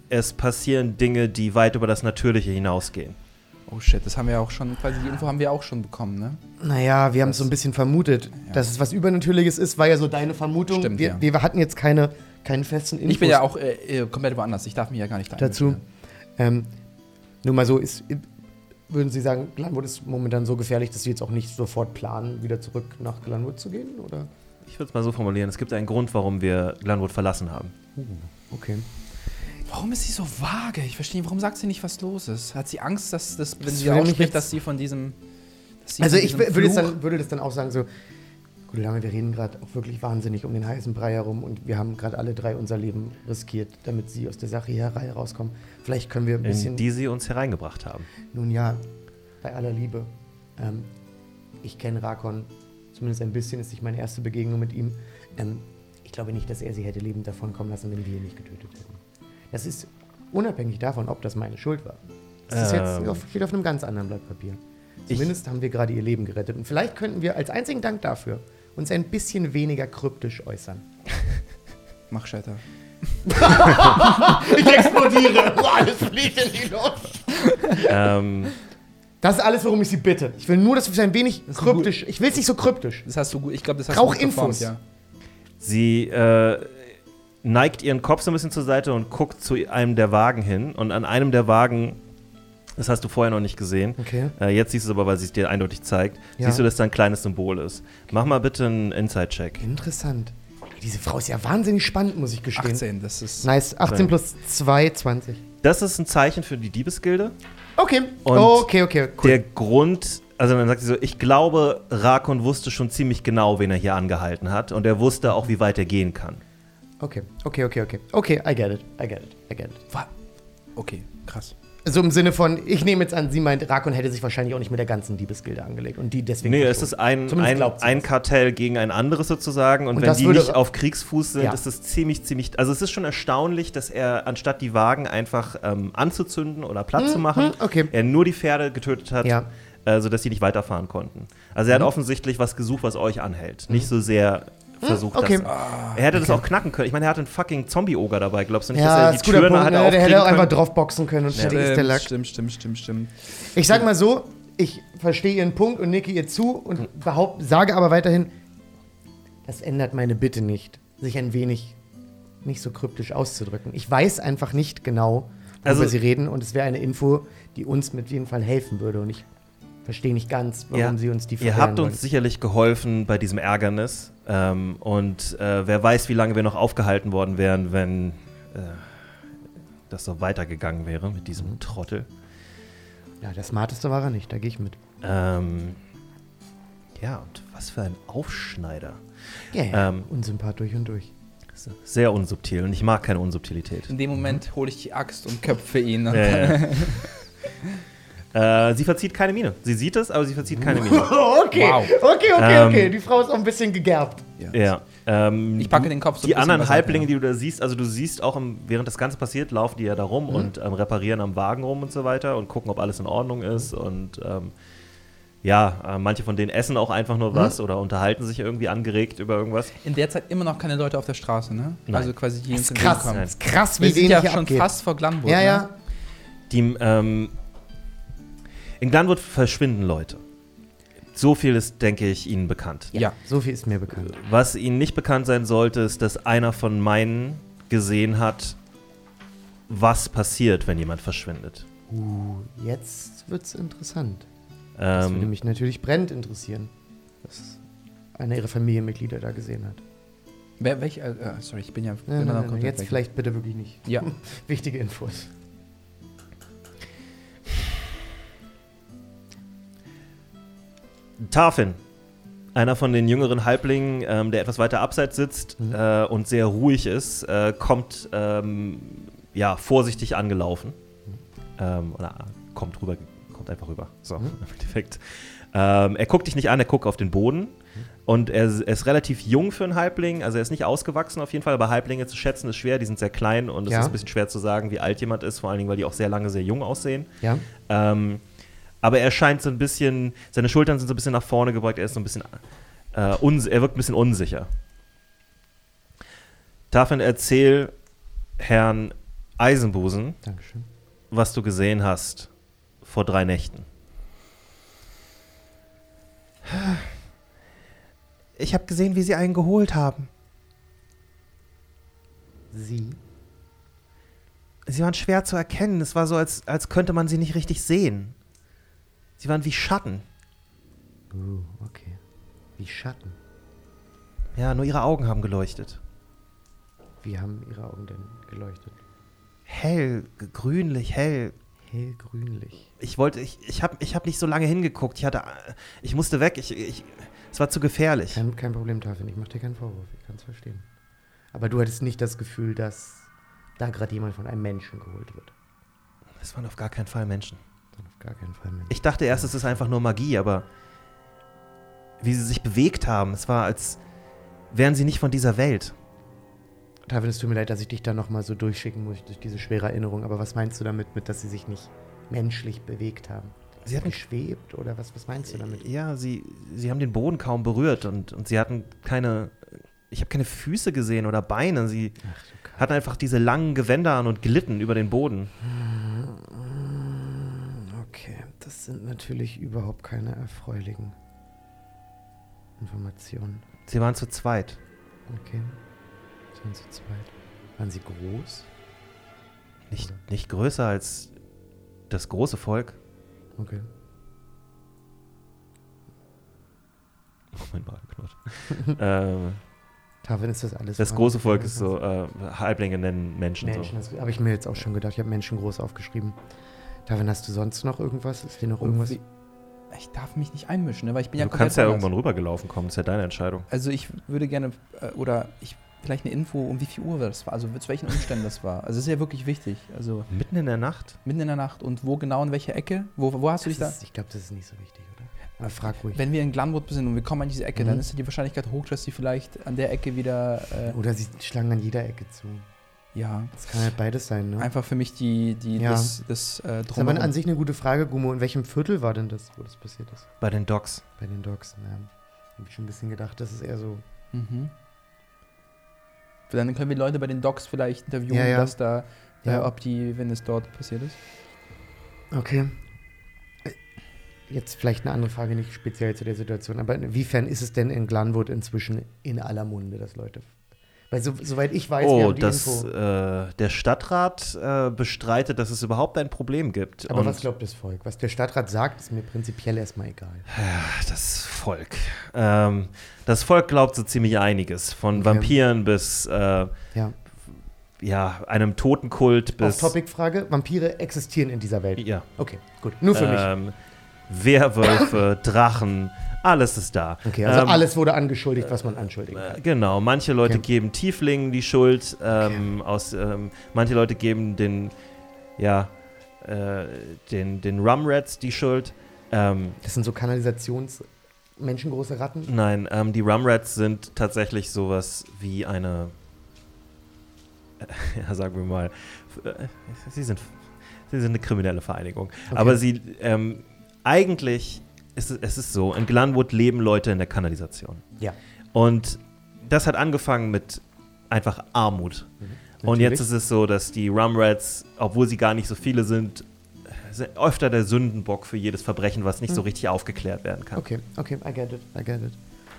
es passieren Dinge, die weit über das Natürliche hinausgehen. Oh shit, das haben wir auch schon, quasi die Info haben wir auch schon bekommen, ne? Naja, wir haben es so ein bisschen vermutet. Ja. Dass es was Übernatürliches ist, war ja so deine Vermutung. Stimmt, wir, ja. wir hatten jetzt keine, keinen festen Infos Ich bin ja auch äh, komplett woanders, ich darf mich ja gar nicht da dazu. einmischen. Ähm, nur mal so, ist, würden Sie sagen, Glenwood ist momentan so gefährlich, dass Sie jetzt auch nicht sofort planen, wieder zurück nach Glenwood zu gehen? Oder? Ich würde es mal so formulieren, es gibt einen Grund, warum wir Glenwood verlassen haben. Uh, okay. Warum ist sie so vage? Ich verstehe, warum sagt sie nicht, was los ist? Hat sie Angst, dass, dass wenn Das sie würde mich ausspricht, jetzt- dass sie von diesem dass sie Also von ich diesem würde, es Fluch- dann, würde das dann auch sagen, so, gut, lange, wir reden gerade auch wirklich wahnsinnig um den heißen Brei herum und wir haben gerade alle drei unser Leben riskiert, damit Sie aus der Sache hier rauskommen. Vielleicht können wir ein bisschen... In die sie uns hereingebracht haben. Nun ja, bei aller Liebe. Ähm, ich kenne Rakon, zumindest ein bisschen, ist nicht meine erste Begegnung mit ihm. Ähm, ich glaube nicht, dass er sie hätte lebend davon kommen lassen, wenn wir ihn nicht getötet hätten. Das ist unabhängig davon, ob das meine Schuld war. Das ist jetzt Ähm. auf, steht auf einem ganz anderen Blatt Papier. Zumindest haben wir gerade ihr Leben gerettet. Und vielleicht könnten wir als einzigen Dank dafür uns ein bisschen weniger kryptisch äußern. Mach Shatter. Ich explodiere. Alles fliegt in die Luft. ähm, Das ist alles, worum ich Sie bitte. Ich will nur, dass wir ein wenig Das ist kryptisch... Ich will es nicht so kryptisch. Das hast du gut, ich glaube, das hast Brauch du gut performt, Infos. ja. sie äh, neigt ihren Kopf so ein bisschen zur Seite und guckt zu einem der Wagen hin. Und an einem der Wagen, das hast du vorher noch nicht gesehen, Okay. äh, jetzt siehst du es aber, weil sie es dir eindeutig zeigt, Ja. siehst du, dass da ein kleines Symbol ist. Mach mal bitte einen Inside-Check. Interessant. Diese Frau ist ja wahnsinnig spannend, muss ich gestehen. achtzehn, das ist. Nice. achtzehn plus zwei, zwanzig. Das ist ein Zeichen für die Diebesgilde. Okay. Und okay, okay, cool. Der Grund, also dann sagt sie so, ich glaube, Rakon wusste schon ziemlich genau, wen er hier angehalten hat. Und er wusste auch, wie weit er gehen kann. okay, okay, okay, okay. Okay, I get it, I get it, I get it. Wa- Okay, krass. So im Sinne von, ich nehme jetzt an, sie meint, Rakon hätte sich wahrscheinlich auch nicht mit der ganzen Diebesgilde angelegt und die deswegen. Nee, es verschont. ist ein, Zumindest ein, glaubt sie ein das. Kartell gegen ein anderes sozusagen. Und, Und wenn das die würde- nicht auf Kriegsfuß sind, Ja. ist es ziemlich, ziemlich. Also es ist schon erstaunlich, dass er, anstatt die Wagen einfach ähm, anzuzünden oder platt zu machen, hm, okay. er nur die Pferde getötet hat, Ja. äh, sodass sie nicht weiterfahren konnten. Also er hat offensichtlich was gesucht, was euch anhält. Nicht so sehr versucht, okay. dass. Er hätte das auch knacken können. Ich meine, er hatte einen fucking Zombie-Oger dabei. Glaubst du nicht, Ja, dass das er ist die ein guter Türen Punkt. hatte Ne? Der hätte auch aufkriegen einfach können? draufboxen können und fertig ist der Lack. Stimmt, stimmt, stimmt, stimmt. Ich sag mal so, ich verstehe ihren Punkt und nicke ihr zu und behaupt, sage aber weiterhin, das ändert meine Bitte nicht, sich ein wenig nicht so kryptisch auszudrücken. Ich weiß einfach nicht genau, worüber Also- sie reden und es wäre eine Info, die uns mit jeden Fall helfen würde und ich verstehe nicht ganz, warum Ja, sie uns die Ihr verwehren habt wollen. uns sicherlich geholfen bei diesem Ärgernis. Ähm, und äh, wer weiß, wie lange wir noch aufgehalten worden wären, wenn äh, das so weitergegangen wäre mit diesem Trottel. Ja, der Smarteste war er nicht, da gehe ich mit. Ähm, ja, und was für ein Aufschneider. Ja, ja, Ähm, Unsympath durch und durch. Sehr unsubtil und ich mag keine Unsubtilität. In dem Moment hole ich die Axt und köpfe ihn. Und Ja, ja. Äh, sie verzieht keine Miene. Sie sieht es, aber sie verzieht keine Miene. Okay, Wow. okay, okay, Ähm, okay. Die Frau ist auch ein bisschen gegerbt. Ja. Ähm, Ich packe du- den Kopf so ein Die bisschen anderen beiseite, Halblinge, ja. die du da siehst, also du siehst auch, im, während das Ganze passiert, laufen die ja da rum Mhm. und ähm, reparieren am Wagen rum und so weiter und gucken, ob alles in Ordnung ist. Und ähm, ja, äh, manche von denen essen auch einfach nur was oder unterhalten sich irgendwie angeregt über irgendwas. in der Zeit immer noch keine Leute auf der Straße, ne? Nein. Also quasi die Das uns ist krass. entgegenkommen. Das ist krass, wie Wir sind wenig ja hier schon abgeht. fast vor Glanwood. Ja, ne? ja. Die, ähm, in Glenwood verschwinden Leute. So viel ist, denke ich, Ihnen bekannt. Ja. So viel ist mir bekannt. Was Ihnen nicht bekannt sein sollte, ist, dass einer von meinen gesehen hat, was passiert, wenn jemand verschwindet. Uh, jetzt wird's interessant. Das würde Ähm, mich natürlich brennend interessieren, was einer ihrer Familienmitglieder da gesehen hat. Wer, welch, äh, äh, sorry, ich bin ja Nein, immer nein, noch nein, komplett jetzt weg. vielleicht bitte wirklich nicht. Ja. Wichtige Infos. Tarfin, einer von den jüngeren Halblingen, ähm, der etwas weiter abseits sitzt Mhm. äh, und sehr ruhig ist, äh, kommt ähm, ja, vorsichtig angelaufen. Ähm, oder kommt rüber, kommt einfach rüber. So, Mhm. im Endeffekt. Ähm, er guckt dich nicht an, er guckt auf den Boden. Und er, er ist relativ jung für einen Halbling, also er ist nicht ausgewachsen auf jeden Fall, aber Halblinge zu schätzen ist schwer, die sind sehr klein und es Ja. ist ein bisschen schwer zu sagen, wie alt jemand ist, vor allen Dingen, weil die auch sehr lange sehr jung aussehen. Ja? Ähm, aber er scheint so ein bisschen, seine Schultern sind so ein bisschen nach vorne gebeugt, er ist so ein bisschen, äh, uns, er wirkt ein bisschen unsicher. Tarfin, erzähl Herrn Eisenbusen, Dankeschön. was du gesehen hast vor drei Nächten. Ich habe gesehen, wie sie einen geholt haben. Sie? Sie waren schwer zu erkennen. Es war so, als, als könnte man sie nicht richtig sehen. Sie waren wie Schatten. Uh, okay. Wie Schatten. Ja, nur ihre Augen haben geleuchtet. Wie haben ihre Augen denn geleuchtet? Hell, grünlich, hell. Hellgrünlich. Ich wollte, ich, ich habe ich hab nicht so lange hingeguckt. Ich hatte, ich musste weg. Ich, ich, es war zu gefährlich. Kein, kein Problem, Tafin. Ich mache dir keinen Vorwurf. Ich kann es verstehen. Aber du hattest nicht das Gefühl, dass da gerade jemand von einem Menschen geholt wird. Es waren auf gar keinen Fall Menschen. Dann auf gar keinen Fall Menschen. Ich dachte erst, es ist einfach nur Magie, aber wie sie sich bewegt haben, es war, als wären sie nicht von dieser Welt. Tafin, es tut mir leid, dass ich dich da nochmal so durchschicken muss, durch diese schwere Erinnerung. Aber was meinst du damit, mit, dass sie sich nicht menschlich bewegt haben? Sie hatten geschwebt oder was, was meinst du damit? Ja, sie, sie haben den Boden kaum berührt und, und sie hatten keine, ich habe keine Füße gesehen oder Beine. Sie Ach, hatten einfach diese langen Gewänder an und glitten über den Boden. Okay, das sind natürlich überhaupt keine erfreulichen Informationen. Sie waren zu zweit. Okay, sie waren zu zweit. Waren sie groß? Nicht, nicht größer als das große Volk. Okay. Oh, mein Magen knurrt. ähm, Tafin, ist das alles? das große Volk ist so, äh, Halblinge nennen Menschen. Menschen, so. das habe ich mir jetzt auch schon gedacht. Ich habe Menschen groß aufgeschrieben. Tafin, hast du sonst noch irgendwas? Ist dir noch irgendwas? Ich darf mich nicht einmischen, ne, weil ich bin ja Du komplett kannst ja woanders. irgendwann rübergelaufen kommen, das ist ja deine Entscheidung. Also ich würde gerne, äh, oder ich vielleicht eine Info, um wie viel Uhr das war, also zu welchen Umständen das war. Also es ist ja wirklich wichtig. Also Mitten in der Nacht? mitten in der Nacht und wo genau, in welcher Ecke? Wo, wo hast du dich da? Das ist, ich glaube, das ist nicht so wichtig, oder? Aber frag ruhig. Wenn wir in Glenwood sind und wir kommen an diese Ecke, Mhm. dann ist ja die Wahrscheinlichkeit hoch, dass sie vielleicht an der Ecke wieder, äh, Oder sie schlagen an jeder Ecke zu. ja, Das kann halt beides sein, ne? einfach für mich die, die, Ja. das, das äh, Das ist aber Drumherum. an sich eine gute Frage, Gummo. In welchem Viertel war denn das, wo das passiert ist? Bei den Docs. Bei den Dogs, ja. Hab ich schon ein bisschen gedacht, das ist eher so. Mhm. Dann können wir Leute bei den Docs vielleicht interviewen, Ja, ja. dass da, Ja. äh, ob die, wenn es dort passiert ist. Okay. Jetzt vielleicht eine andere Frage, nicht speziell zu der Situation, aber inwiefern ist es denn in Glenwood inzwischen in aller Munde, dass Leute. Weil so, soweit ich weiß, wir Oh, haben die das, Info. äh, der Stadtrat äh, bestreitet, dass es überhaupt ein Problem gibt. Aber Und was glaubt das Volk? Was der Stadtrat sagt, ist mir prinzipiell erstmal egal. das Volk. Ähm, das Volk glaubt so ziemlich einiges. Von Okay. Vampiren bis äh, Ja. ja, einem Totenkult bis. Off-Topic-Frage: Vampire existieren in dieser Welt. Ja. Okay, gut. Nur für mich. Ähm, Werwölfe, Drachen, alles ist da. Okay, also ähm, alles wurde angeschuldigt, was man anschuldigen kann. Äh, Genau, manche Leute Okay. geben Tieflingen die Schuld, ähm, aus, ähm, manche Leute geben den, ja, äh, den, den Rumrats die Schuld. Ähm, Das sind so Kanalisations- menschengroße Ratten. nein, ähm, die Rumrats sind tatsächlich sowas wie eine, äh, ja, sagen wir mal, f- äh, sie sind, sie sind eine kriminelle Vereinigung. Okay. Aber sie, ähm, eigentlich ist es, es ist so, in Glenwood leben Leute in der Kanalisation. Ja. Und das hat angefangen mit einfach Armut. Und Natürlich. jetzt ist es so, dass die Rumrats, obwohl sie gar nicht so viele sind, sind öfter der Sündenbock für jedes Verbrechen, was nicht so Hm. richtig aufgeklärt werden kann. Okay, okay, I get it, I get it.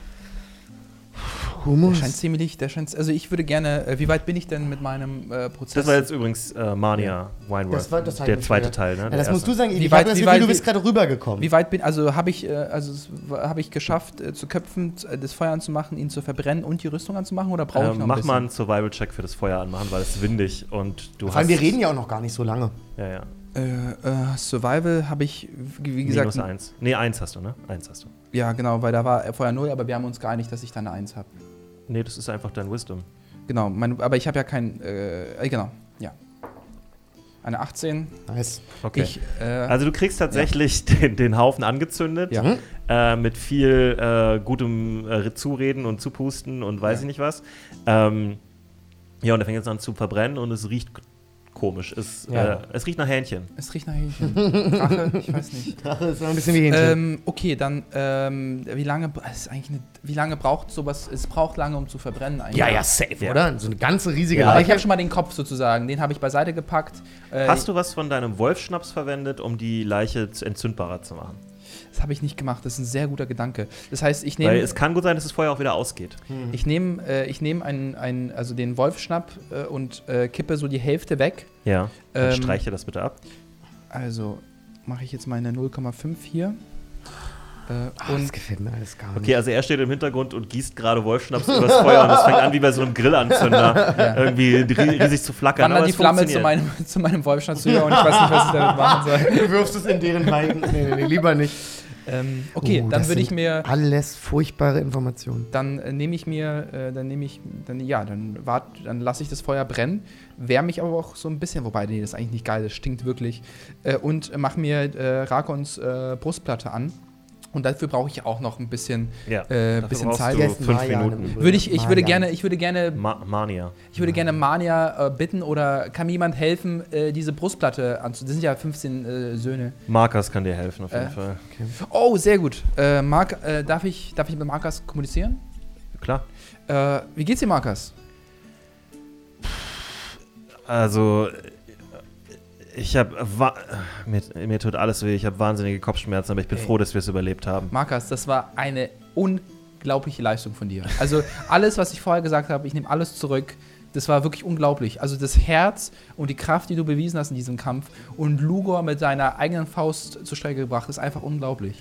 Der Humus. scheint ziemlich, der scheint, also ich würde gerne, äh, wie weit bin ich denn mit meinem äh, Prozess? Das war jetzt übrigens äh, Mania Wineworth, Das war- das hab ich der mir zweite schon Teil. Ne? Ja, Der das musst erste. du sagen, Wie ich weit- habe das wie Gefühl, weit- du bist gerade rübergekommen. Wie weit bin, also habe ich, äh, also es war- habe ich geschafft, äh, zu köpfen, äh, das Feuer anzumachen, ihn zu verbrennen und die Rüstung anzumachen oder brauche ich Ähm, noch ein mach bisschen? mal einen Survival-Check für das Feuer anmachen, weil es ist windig und du Vor allem, hast... wir reden ja auch noch gar nicht so lange. Ja, ja. Äh, äh, Survival habe ich, wie wie gesagt, Minus eins. Nee, eins hast du, ne? Eins hast du. ja genau, weil da war äh, vorher null, aber wir haben uns geeinigt, dass ich da eine eins habe. Nee, das ist einfach dein Wisdom. Genau, mein, aber ich habe ja kein, äh, äh, genau, ja. Eine achtzehn. Nice. Okay. Ich, äh, Also du kriegst tatsächlich den, den Haufen angezündet, Ja. Mhm. äh, mit viel äh, gutem äh, Zureden und Zupusten und weiß Ja. ich nicht was. Ähm, ja, und der fängt jetzt an zu verbrennen und es riecht komisch. Es, Ja. äh, es riecht nach Hähnchen. Es riecht nach Hähnchen. Rache, ich weiß nicht. Das ist noch ein bisschen wie Hähnchen. Ähm, okay, dann, ähm, wie lange, es ist eigentlich eine, wie lange braucht sowas, es braucht lange, um zu verbrennen eigentlich. ja, ja, safe, Ja. oder? So eine ganze riesige Ja, Aber ich Leiche. habe schon mal den Kopf sozusagen, den habe ich beiseite gepackt. Äh, Hast du was von deinem Wolfschnaps verwendet, um die Leiche zu- entzündbarer zu machen? Das habe ich nicht gemacht, das ist ein sehr guter Gedanke. Das heißt, ich Weil nehme es kann gut sein, dass das Feuer auch wieder ausgeht. ich nehm, äh, ich nehm einen, einen, also den Wolfschnapp äh, und äh, kippe so die Hälfte weg. Ja, dann Ähm, streiche das bitte ab. Also mache ich jetzt meine null Komma fünf hier. Äh, Ach, und das gefällt mir alles gar nicht. Okay, also er steht im Hintergrund und gießt gerade Wolfschnaps übers Feuer und es fängt an wie bei so einem Grillanzünder irgendwie ri- riesig zu flackern. wandert aber die es Flamme zu funktioniert. meinem, zu meinem Wolfschnapp zu und ich weiß nicht, was ich damit machen soll. Du wirfst es in deren Weiden. Nee, nee, nee, lieber nicht. Ähm, okay, Oh, dann das würde ich sind mir, Alles furchtbare Informationen. dann äh, nehme ich mir, äh, dann nehme ich, dann ja, dann wart, dann lasse ich das Feuer brennen, wärme mich aber auch so ein bisschen, wobei nee, das ist eigentlich nicht geil, das stinkt wirklich, äh, und mache mir äh, Rakons äh, Brustplatte an. Und dafür brauche ich auch noch ein bisschen, Ja, äh, dafür bisschen brauchst Zeit. du Yes, fünf Marian Minuten. im Übrigen. Würde ich, ich würde Marian. gerne, ich würde gerne, Ma Mania. ich würde gerne Mania äh, bitten oder kann mir jemand helfen, äh, diese Brustplatte anzu. Das sind ja fünfzehn äh, Söhne. Markus kann dir helfen auf jeden Äh. Fall. Oh, sehr gut. Äh, Mark, äh, darf ich, darf ich mit Markus kommunizieren? Klar. Äh, wie geht's dir, Markus? Also, ich habe. Mir, mir tut alles weh. Ich habe wahnsinnige Kopfschmerzen, aber ich bin Ey. froh, dass wir es überlebt haben. Markus, das war eine unglaubliche Leistung von dir. Also alles, was ich vorher gesagt habe, ich nehme alles zurück. Das war wirklich unglaublich. Also das Herz und die Kraft, die du bewiesen hast in diesem Kampf und Lugor mit seiner eigenen Faust zur Strecke gebracht, ist einfach unglaublich.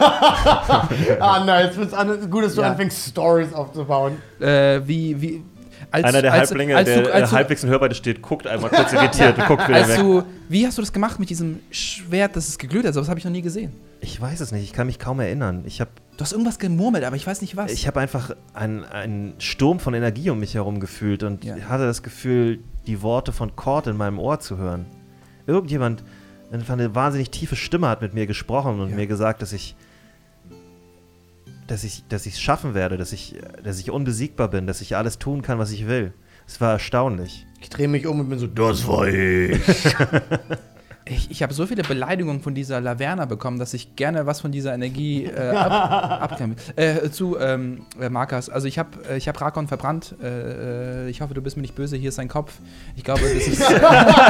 Ah, nein, jetzt wird's an, gut, dass du Ja. anfängst, Stories aufzubauen. äh, wie, wie, als, Einer der als, Halblinge, als der du, als äh, du, halbwegs in Hörweite steht, guckt einmal kurz irritiert und guckt wieder als weg. du, wie hast du das gemacht mit diesem Schwert, das es geglüht hat? So was habe ich noch nie gesehen. Ich weiß es nicht, ich kann mich kaum erinnern. Ich habe Du hast irgendwas gemurmelt, aber ich weiß nicht was. ich hab einfach einen, einen Sturm von Energie um mich herum gefühlt und Ja. hatte das Gefühl, die Worte von Cord in meinem Ohr zu hören. Irgendjemand, einfach eine wahnsinnig tiefe Stimme hat mit mir gesprochen und Ja. mir gesagt, dass ich dass ich dass ich es schaffen werde, dass ich dass ich unbesiegbar bin, dass ich alles tun kann, was ich will. Es war erstaunlich. Ich drehe mich um und bin so, das war ich. Ich, ich habe so viele Beleidigungen von dieser Laverna bekommen, dass ich gerne was von dieser Energie äh, ab, abkäme. Äh, zu ähm, äh, Markus, also ich habe äh, ich hab Rakon verbrannt. Äh, ich hoffe, du bist mir nicht böse. Hier ist sein Kopf. Ich glaube, das ist. Äh,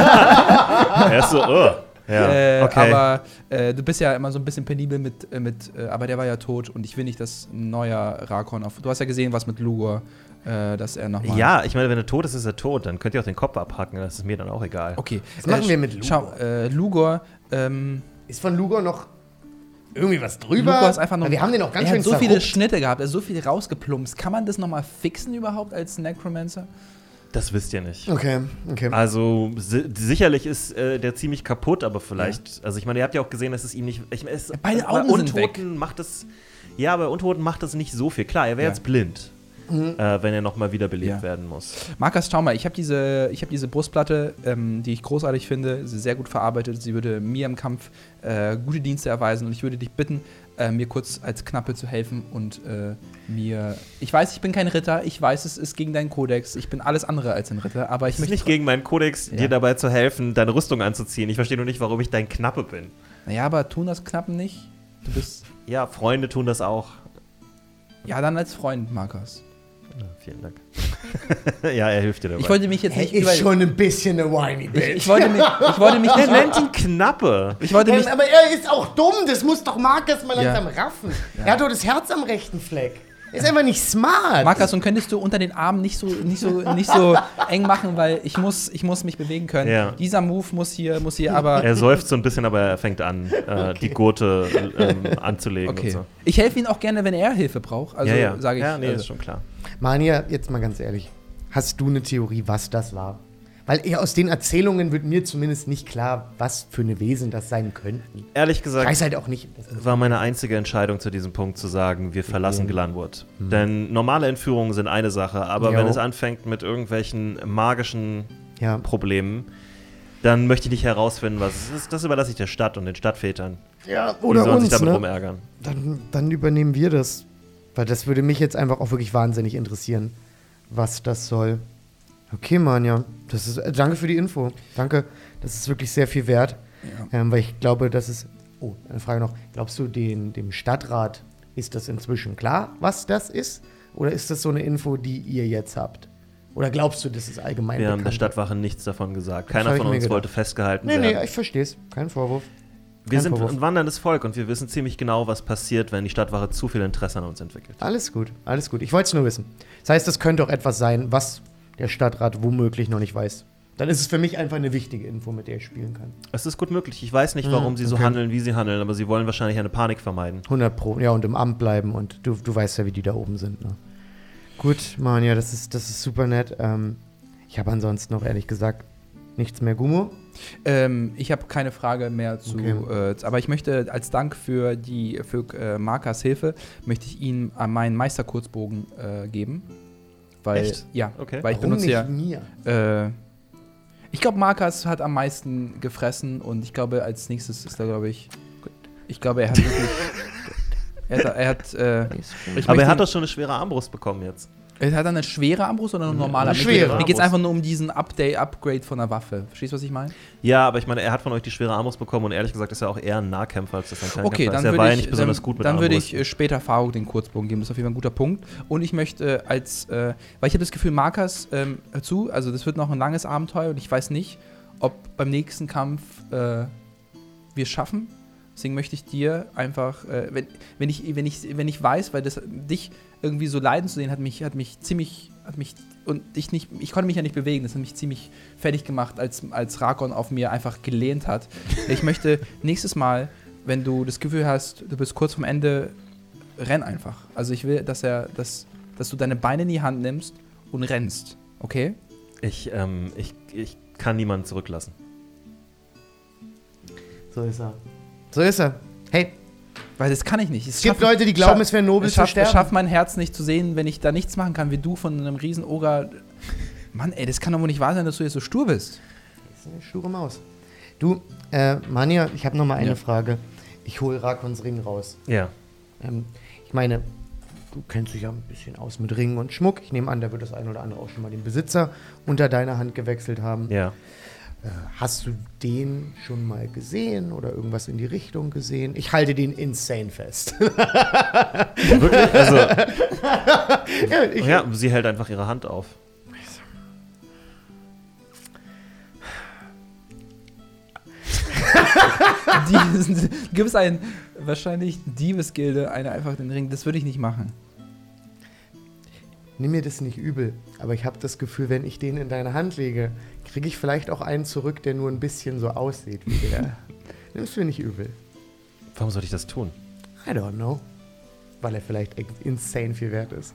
Er ist so, oh. Ja, äh, okay. Aber äh, du bist ja immer so ein bisschen penibel mit, äh, mit äh, aber der war ja tot und ich will nicht, dass ein neuer Rakon auf. Du hast ja gesehen, was mit Lugor, äh, dass er nochmal. Ja, ich meine, wenn er tot ist, ist er tot. Dann könnt ihr auch den Kopf abhacken. Das ist mir dann auch egal. Okay. Was machen äh, wir mit Lugor? Schau, äh, Lugor, ähm. Ist von Lugor noch irgendwie was drüber? Lugor ist einfach nur. Weil wir haben den auch ganz er schön hat so viele zerrupft. Schnitte gehabt, er hat so viel rausgeplumpst. Kann man das nochmal fixen überhaupt als Necromancer? Das wisst ihr nicht. Okay, okay. Also si sicherlich ist äh, der ziemlich kaputt, aber vielleicht, also ich meine, ihr habt ja auch gesehen, dass es ihm nicht, ich meine, es, Beide bei Augen sind Untoten macht es, ja, bei Untoten macht es nicht so viel. Klar, er wäre Ja. jetzt blind, äh, wenn er nochmal wiederbelebt Ja. werden muss. Markus, schau mal, ich habe diese, ich hab diese Brustplatte, ähm, die ich großartig finde, sie ist sehr gut verarbeitet. Sie würde mir im Kampf äh, gute Dienste erweisen und ich würde dich bitten, äh, mir kurz als Knappe zu helfen und äh, mir. Ich weiß, ich bin kein Ritter, ich weiß, es ist gegen deinen Kodex, ich bin alles andere als ein Ritter, aber ich Es ist möchte. nicht gegen meinen Kodex, Ja. dir dabei zu helfen, deine Rüstung anzuziehen. Ich verstehe nur nicht, warum ich dein Knappe bin. Naja, aber tun das Knappen nicht? Du bist. Ja, Freunde tun das auch. Ja, dann als Freund, Markus. Ja, vielen Dank. Ja, er hilft dir dabei. Ich wollte mich jetzt Er nicht ist über. schon ein bisschen eine whiny Ich, Bitch. ich, wollte mich, ich wollte mich er nicht. nennt ihn Knappe. Ich wollte mich. Ähm, aber er ist auch dumm, das muss doch Markus mal Ja. langsam raffen. Er hat doch das Herz am rechten Fleck. Er ist einfach nicht smart. Markus, und könntest du unter den Armen nicht so, nicht so, nicht so eng machen, weil ich muss, ich muss mich bewegen können. Ja. Dieser Move muss hier, muss hier aber. Er seufzt so ein bisschen, aber er fängt an, äh, die Gurte ähm, anzulegen und Okay. so. Ich helfe ihm auch gerne, wenn er Hilfe braucht. Also ja, ja. sage ich. Ja, nee, also, ist schon klar. Mania, jetzt mal ganz ehrlich. Hast du eine Theorie, was das war? Weil ja, aus den Erzählungen wird mir zumindest nicht klar, was für eine Wesen das sein könnten. Ehrlich Ich gesagt, weiß halt auch nicht. war meine einzige Entscheidung zu diesem Punkt zu sagen, wir verlassen Glenwood. Denn normale Entführungen sind eine Sache, aber Jo. wenn es anfängt mit irgendwelchen magischen Ja. Problemen, dann möchte ich nicht herausfinden, was es ist. Das überlasse ich der Stadt und den Stadtvätern. Ja, Die oder sollen sich uns, damit ne? rumärgern. Dann, dann übernehmen wir das. Weil das würde mich jetzt einfach auch wirklich wahnsinnig interessieren, was das soll. Okay, Mann, ja. Das ist, äh, danke für die Info. Danke. Das ist wirklich sehr viel wert. Ja. Ähm, weil ich glaube, das ist. Oh, eine Frage noch. Glaubst du, den, dem Stadtrat ist das inzwischen klar, was das ist? Oder ist das so eine Info, die ihr jetzt habt? Oder glaubst du, das ist allgemein Wir haben bekannt? der Stadtwache nichts davon gesagt. Das Keiner hab ich von mir uns gedacht. wollte festgehalten Nee, werden. nee, ich verstehe es. Kein Vorwurf. Wir Kein sind Vorwurf. ein wanderndes Volk und wir wissen ziemlich genau, was passiert, wenn die Stadtwache zu viel Interesse an uns entwickelt. Alles gut, alles gut. Ich wollte es nur wissen. Das heißt, das könnte auch etwas sein, was der Stadtrat womöglich noch nicht weiß. Dann ist es für mich einfach eine wichtige Info, mit der ich spielen kann. Es ist gut möglich. Ich weiß nicht, warum Mhm, sie so okay. handeln, wie sie handeln, aber sie wollen wahrscheinlich eine Panik vermeiden. hundert Pro. Ja, und im Amt bleiben und du, du weißt ja, wie die da oben sind. Ne? Gut, Manja, das ist, das ist super nett. Ähm, ich habe ansonsten noch ehrlich gesagt nichts mehr. Gummo? Ähm, ich habe keine Frage mehr zu, Okay. äh, aber ich möchte als Dank für die für äh, Markas Hilfe möchte ich ihm äh, meinen Meisterkurzbogen äh, geben, weil Echt? ja, Okay. weil ich Warum benutze nicht ja. mir? Äh, ich glaube, Markas hat am meisten gefressen und ich glaube, als nächstes ist da, glaube ich, ich glaube, er hat wirklich, er hat, er hat, äh, ich Aber er möchte- hat doch schon eine schwere Armbrust bekommen jetzt. Er hat dann eine schwere Armbrust oder eine normale? Eine Mir schwere geht- Mir geht es Armbrust. einfach nur um diesen Update, Upgrade von der Waffe. Verstehst du, was ich meine? Ja, aber ich meine, er hat von euch die schwere Armbrust bekommen und ehrlich gesagt ist er auch eher ein Nahkämpfer als das ein Fernkämpfer. Okay, ist. dann Er würde war ja ich, nicht besonders dann, gut mit dann würde ich Armbrüsten. äh, später Faruk den Kurzbogen geben. Das ist auf jeden Fall ein guter Punkt. Und ich möchte äh, als, äh, weil ich habe das Gefühl, Markas, ähm, hör zu, also das wird noch ein langes Abenteuer und ich weiß nicht, ob beim nächsten Kampf äh, wir es schaffen. Deswegen möchte ich dir einfach, äh, wenn, wenn, ich, wenn, ich, wenn ich weiß, weil das dich irgendwie so leiden zu sehen, hat mich, hat mich ziemlich, hat mich, und ich nicht, ich konnte mich ja nicht bewegen, das hat mich ziemlich fertig gemacht, als, als Rakon auf mir einfach gelehnt hat. Ich möchte nächstes Mal, wenn du das Gefühl hast, du bist kurz vorm Ende, renn einfach. Also ich will, dass er, dass, dass du deine Beine in die Hand nimmst und rennst, okay? Ich, ähm, ich, ich kann niemanden zurücklassen. So ist er. So ist er. Hey, Weil das kann ich nicht. es gibt Leute, die glauben, es wäre nobel Es zu schafft, es sterben. schafft mein Herz nicht zu sehen, wenn ich da nichts machen kann, wie du von einem riesen Oger. Mann, ey, das kann doch wohl nicht wahr sein, dass du jetzt so stur bist. Das ist eine sture Maus. Du, äh, Manja, ich habe noch mal eine Ja. Frage. Ich hole Rakons Ring raus. Ja. Ähm, ich meine, du kennst dich ja ein bisschen aus mit Ringen und Schmuck. Ich nehme an, da wird das ein oder andere auch schon mal den Besitzer unter deiner Hand gewechselt haben. Ja. Äh, hast du den schon mal gesehen oder irgendwas in die Richtung gesehen? Ich halte den insane fest. Wirklich? Also, ja, ich, ja, sie hält einfach ihre Hand auf. Die, gibt es einen, wahrscheinlich Diebesgilde, eine einfach den Ring. Das würde ich nicht machen. Nimm mir das nicht übel, aber ich habe das Gefühl, wenn ich den in deine Hand lege, kriege ich vielleicht auch einen zurück, der nur ein bisschen so aussieht wie der. Nimmst du mir nicht übel? Warum sollte ich das tun? I don't know. Weil er vielleicht echt insane viel wert ist.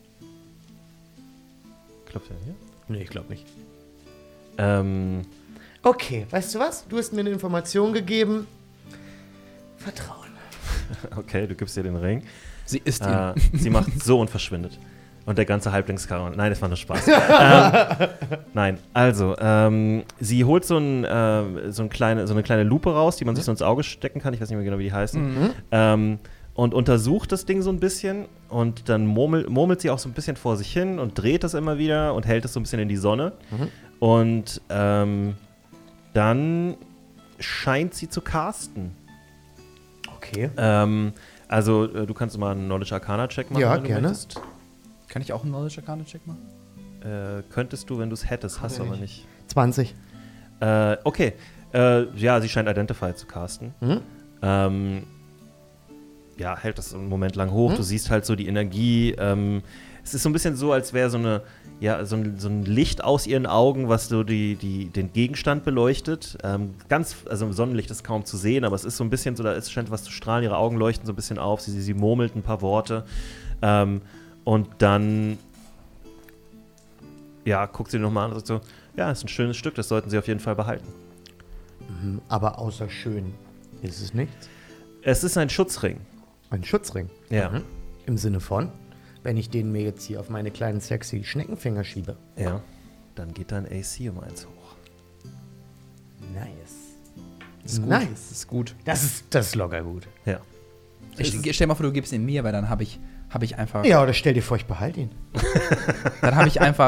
Klopft er hier? Nee, ich glaube nicht. Ähm, Okay, weißt du was? Du hast mir eine Information gegeben. Vertrauen. okay, du gibst ihr den Ring. Sie ist ihn. Äh, sie macht so und verschwindet. Und der ganze Halblingskarawan. Nein, das war nur Spaß. ähm, nein, also, ähm, sie holt so, ein, äh, so, ein kleine, so eine kleine Lupe raus, die man sich so ins Auge stecken kann. Ich weiß nicht mehr genau, wie die heißen. Mhm. Ähm, und untersucht das Ding so ein bisschen. Und dann murmelt, murmelt sie auch so ein bisschen vor sich hin und dreht das immer wieder und hält es so ein bisschen in die Sonne. Mhm. Und ähm, dann scheint sie zu casten. Okay. Ähm, also, äh, du kannst mal einen Knowledge Arcana Check machen. Ja, wenn du gerne. möchtest. Kann ich auch einen Knowledge Arcana Check machen? Äh, könntest du, wenn du es hättest, hast du ich aber nicht. zwanzig. Äh, okay. Äh, ja, sie scheint Identify zu casten. Mhm. Ähm, ja, hält das einen Moment lang hoch. Mhm. Du siehst halt so die Energie. Ähm, es ist so ein bisschen so, als wäre so eine, ja, so ein, so ein Licht aus ihren Augen, was so die, die, den Gegenstand beleuchtet. Ähm, ganz, also im Sonnenlicht ist kaum zu sehen, aber es ist so ein bisschen so, da ist, scheint was zu strahlen. Ihre Augen leuchten so ein bisschen auf. Sie, sie, sie murmelt ein paar Worte. Ähm, und dann ja, guckt sie nochmal an und sagt so, ja, ist ein schönes Stück, das sollten Sie auf jeden Fall behalten. Mhm, aber außer schön ist es nichts. Es ist ein Schutzring. Ein Schutzring. Ja. Mhm. Im Sinne von, wenn ich den mir jetzt hier auf meine kleinen sexy Schneckenfinger schiebe. Ja. Dann geht dein A C um eins hoch. Nice. ist gut. Nice. Das ist gut. Das ist, das ist locker gut. Ja. Ich, stell mal vor, du gibst ihn mir, weil dann habe ich, hab ich einfach. Ja, oder stell dir vor, ich behalte ihn. Dann habe ich einfach.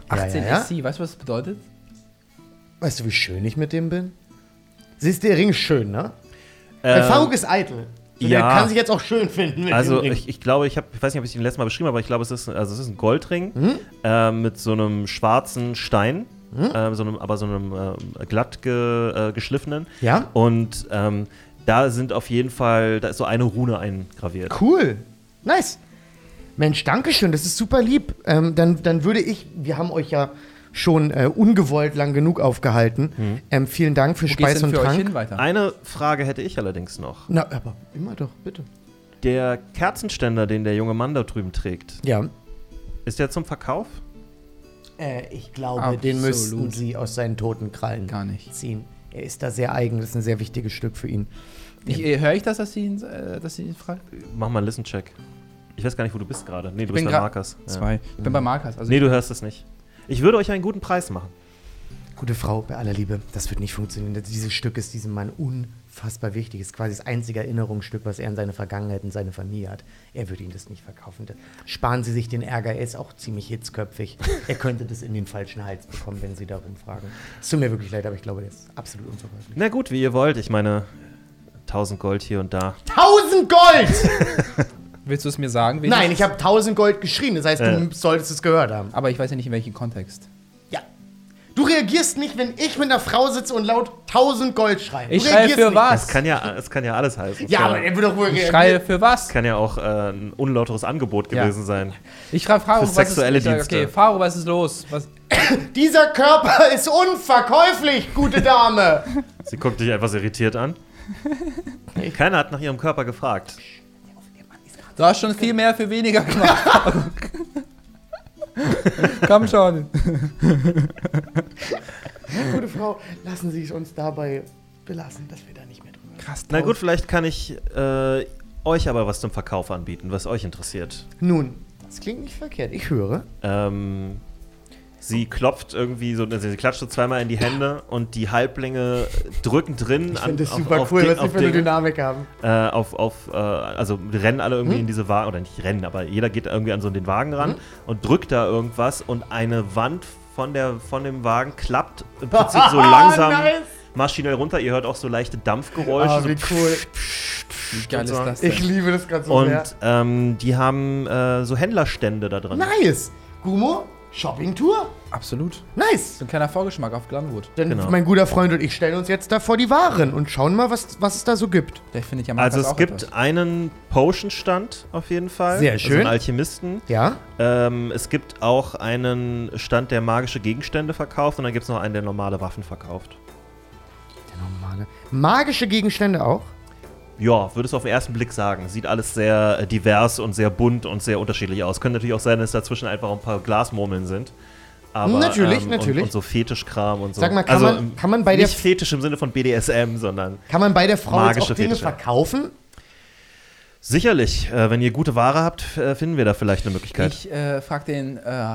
achtzehn ja, ja. S C, weißt du, was das bedeutet? Weißt du, wie schön ich mit dem bin? Siehst du, der Ring ist schön, ne? Ähm, Weil Faruk ist eitel. Und ja. Er kann sich jetzt auch schön finden mit Also dem Ring. ich, ich glaube, ich, hab, ich weiß nicht, ob ich den letztes Mal beschrieben habe, aber ich glaube, es ist, also es ist ein Goldring Mhm. äh, mit so einem schwarzen Stein, mhm. äh, so einem, aber so einem äh, glatt ge, äh, geschliffenen. Ja? Und ähm, da sind auf jeden Fall, da ist so eine Rune eingraviert. Cool. Nice. Mensch, danke schön, das ist super lieb. Ähm, dann, dann würde ich, wir haben euch ja schon äh, ungewollt lang genug aufgehalten. Mhm. Ähm, vielen Dank für Wo geht's Speis denn und für euch Trank. hin weiter? Eine Frage hätte ich allerdings noch. Na, aber immer doch, bitte. Der Kerzenständer, den der junge Mann da drüben trägt, Ja. ist der zum Verkauf? Äh, ich glaube, Absolut. den müssten sie aus seinen toten Krallen Gar nicht. ziehen. Er ist da sehr eigen, das ist ein sehr wichtiges Stück für ihn. Ich, äh, höre ich das, dass sie ihn, äh, dass sie ihn fragt? Mach mal einen Listen-Check. Ich weiß gar nicht, wo du bist gerade. Nee, du Ich bist bin bei gra- Markus. Ja. Zwei. Ich bin bei Markus. Also Nee, du hörst es nicht. Ich würde euch einen guten Preis machen. Gute Frau, bei aller Liebe, das wird nicht funktionieren. Dieses Stück ist diesem Mann unfassbar wichtig. Es ist quasi das einzige Erinnerungsstück, was er in seine Vergangenheit und seine Familie hat. Er würde Ihnen das nicht verkaufen. Sparen Sie sich den Ärger, er ist auch ziemlich hitzköpfig. Er könnte das in den falschen Hals bekommen, wenn Sie darum fragen. Es tut mir wirklich leid, aber ich glaube, der ist absolut unverkäuflich. Na gut, wie ihr wollt. Ich meine, tausend Gold hier und da. tausend Gold! willst du es mir sagen? Nein, wenigstens? ich habe tausend Gold geschrien. Das heißt, Äh. du solltest es gehört haben. Aber ich weiß ja nicht, in welchem Kontext. Ja. Du reagierst nicht, wenn ich mit einer Frau sitze und laut tausend Gold schreie. Du Ich schreie reagierst für nicht. was? Es kann ja, es kann ja alles heißen. Es Ja, kann, aber er wird doch wohl Ich reagieren. schreie für was? kann ja auch äh, ein unlauteres Angebot Ja. gewesen sein. Ich frage Faro, Für was sexuelle ist, ich sag, Dienste. Okay, Faro, was ist los? Was? Dieser Körper ist unverkäuflich, gute Dame. Sie guckt dich etwas irritiert an. Keiner hat nach ihrem Körper gefragt. Du hast schon viel mehr für weniger gemacht. Faro. Komm schon. Gute Frau, lassen Sie es uns dabei belassen, dass wir da nicht mehr drüber. Krass. Na gut, vielleicht kann ich äh, euch aber was zum Verkauf anbieten, was euch interessiert. Nun, das klingt nicht verkehrt. Ich höre. Ähm, sie klopft irgendwie so, also sie klatscht so zweimal in die Hände und die Halblinge drücken drin. Ich an- finde das auf- super auf cool, Ding- was sie auf für eine Dinge. Dynamik haben. äh, auf, auf äh, also rennen alle irgendwie Hm? in diese Wagen, oder nicht rennen, aber jeder geht irgendwie an so den Wagen ran Hm? und drückt da irgendwas und eine Wand von, der, von dem Wagen klappt im Prinzip so langsam Nice. maschinell runter. Ihr hört auch so leichte Dampfgeräusche. Ah, so wie cool. Wie geil ist so. das denn? Ich liebe das gerade so sehr. Und ähm, die haben äh, so Händlerstände da drin. Nice. Gumo, Shoppingtour. Absolut. Nice. So ein kleiner Vorgeschmack auf Glanwood. Denn Genau. mein guter Freund und ich stellen uns jetzt da vor die Waren und schauen mal, was, was es da so gibt. Der finde ich ja Markus Also es auch gibt etwas. einen Potion-Stand auf jeden Fall. Sehr Also schön. einen Alchemisten. Ja? Ähm, es gibt auch einen Stand, der magische Gegenstände verkauft. Und dann gibt es noch einen, der normale Waffen verkauft. Der normale. Magische Gegenstände auch? Ja, würdest du auf den ersten Blick sagen. Sieht alles sehr äh, divers und sehr bunt und sehr unterschiedlich aus. Könnte natürlich auch sein, dass dazwischen einfach ein paar Glasmurmeln sind. Aber, Natürlich, ähm, natürlich. Und, und so Fetischkram und so. Sag mal, kann also, man- ähm, kann man bei der- nicht Fetisch im Sinne von B D S M, sondern Kann man bei der Frau jetzt Magische auch Dinge Fetische. verkaufen? sicherlich. Äh, wenn ihr gute Ware habt, äh, finden wir da vielleicht eine Möglichkeit. Ich äh, frage den, äh,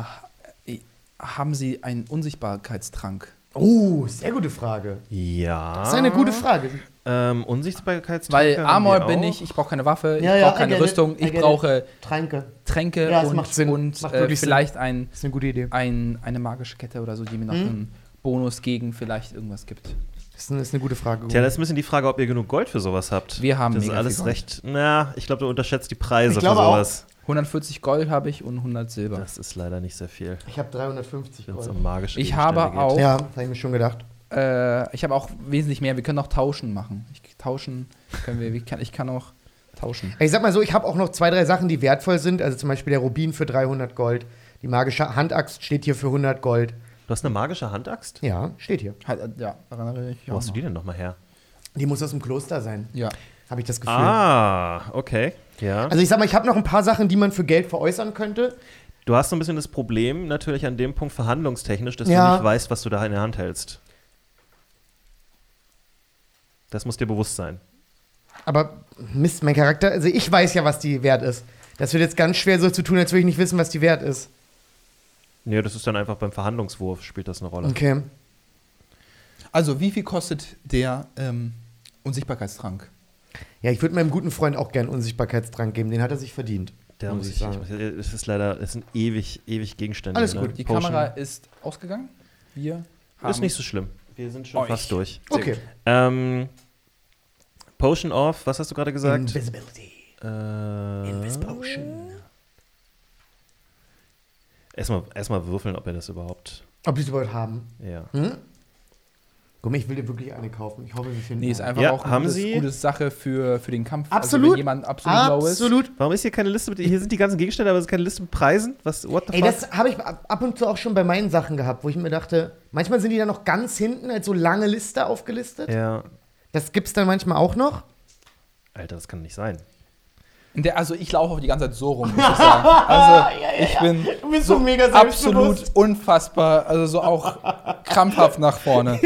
haben Sie einen Unsichtbarkeitstrank? Oh, sehr gute Frage. Ja. Das ist eine gute Frage. Ähm, Unsichtbarkeitstränke Weil haben Armor wir bin auch. ich, ich brauche keine Waffe, Ja, ich ja, brauche keine I get it, Rüstung, I ich get brauche Tränke. Tränke Ja, das und, macht Sinn. und Macht äh, wirklich Sinn. vielleicht ein, Das ist eine gute Idee. ein, eine magische Kette oder so, die mir noch Mhm. einen Bonus gegen vielleicht irgendwas gibt. Das ist eine, das ist eine gute Frage. Tja, das ist ein bisschen die Frage, ob ihr genug Gold für sowas habt. Wir haben Das ist mega alles viel Gold. recht. Na, ich glaube, du unterschätzt die Preise Ich für glaube auch. sowas. hundertvierzig Gold habe ich und hundert Silber. Das ist leider nicht sehr viel. Ich habe dreihundertfünfzig Wenn es Gold. um magische Ich Gegenstände habe geht. auch- Ja, das habe ich mir schon gedacht. Äh, ich habe auch wesentlich mehr. Wir können auch tauschen machen. Ich, tauschen können wir. Ich kann, ich kann auch tauschen. Ich sag mal so, ich habe auch noch zwei, drei Sachen, die wertvoll sind. Also zum Beispiel der Rubin für dreihundert Gold. Die magische Handaxt steht hier für hundert Gold. Du hast eine magische Handaxt? Ja, steht hier. Halt, äh, ja, daran erinnere ich mich Wo auch hast du noch. die denn nochmal her? Die muss aus dem Kloster sein, Ja. habe ich das Gefühl. Ah, okay. Ja. Also ich sag mal, ich habe noch ein paar Sachen, die man für Geld veräußern könnte. Du hast so ein bisschen das Problem natürlich an dem Punkt verhandlungstechnisch, dass Ja. du nicht weißt, was du da in der Hand hältst. Das muss dir bewusst sein. Aber Mist, mein Charakter, also ich weiß ja, was die wert ist. Das wird jetzt ganz schwer so zu tun, als würde ich nicht wissen, was die wert ist. Nee, das ist dann einfach beim Verhandlungswurf spielt das eine Rolle. Okay. Also, wie viel kostet der ähm, Unsichtbarkeitstrank? Ja, ich würde meinem guten Freund auch gern Unsichtbarkeitstrank geben. Den hat er sich verdient. Der muss muss ich ich, sagen. ich, es ist leider, es sind ewig, ewig Gegenstände. Alles ne? gut. Die Potion Kamera ist ausgegangen. Wir haben ist nicht so schlimm. Wir sind schon euch. fast durch. Okay. Ähm, Potion of, was hast du gerade gesagt? Invisibility. Äh, Invis Potion. Erstmal erst mal würfeln, ob er das überhaupt. Ob die es überhaupt haben. Ja. Hm? Guck mal, ich will dir wirklich eine kaufen. Ich hoffe, wir finden Nee, ist eine. einfach Ja, auch eine haben gute, Sie? gute Sache für, für den Kampf. Absolut. Also wenn jemand absolut low ist. Absolut. Warum ist hier keine Liste mit. Hier sind die ganzen Gegenstände, aber es ist keine Liste mit Preisen? Was, what the Ey, fuck? das habe ich ab ab und zu auch schon bei meinen Sachen gehabt, wo ich mir dachte, manchmal sind die dann noch ganz hinten als so lange Liste aufgelistet. ja. Das gibt's dann manchmal auch noch. Alter, das kann nicht sein. In der, also ich laufe auch die ganze Zeit so rum, muss ich sagen. Also ich bin Du bist so so mega absolut selbstbewusst. unfassbar, also so auch krampfhaft nach vorne.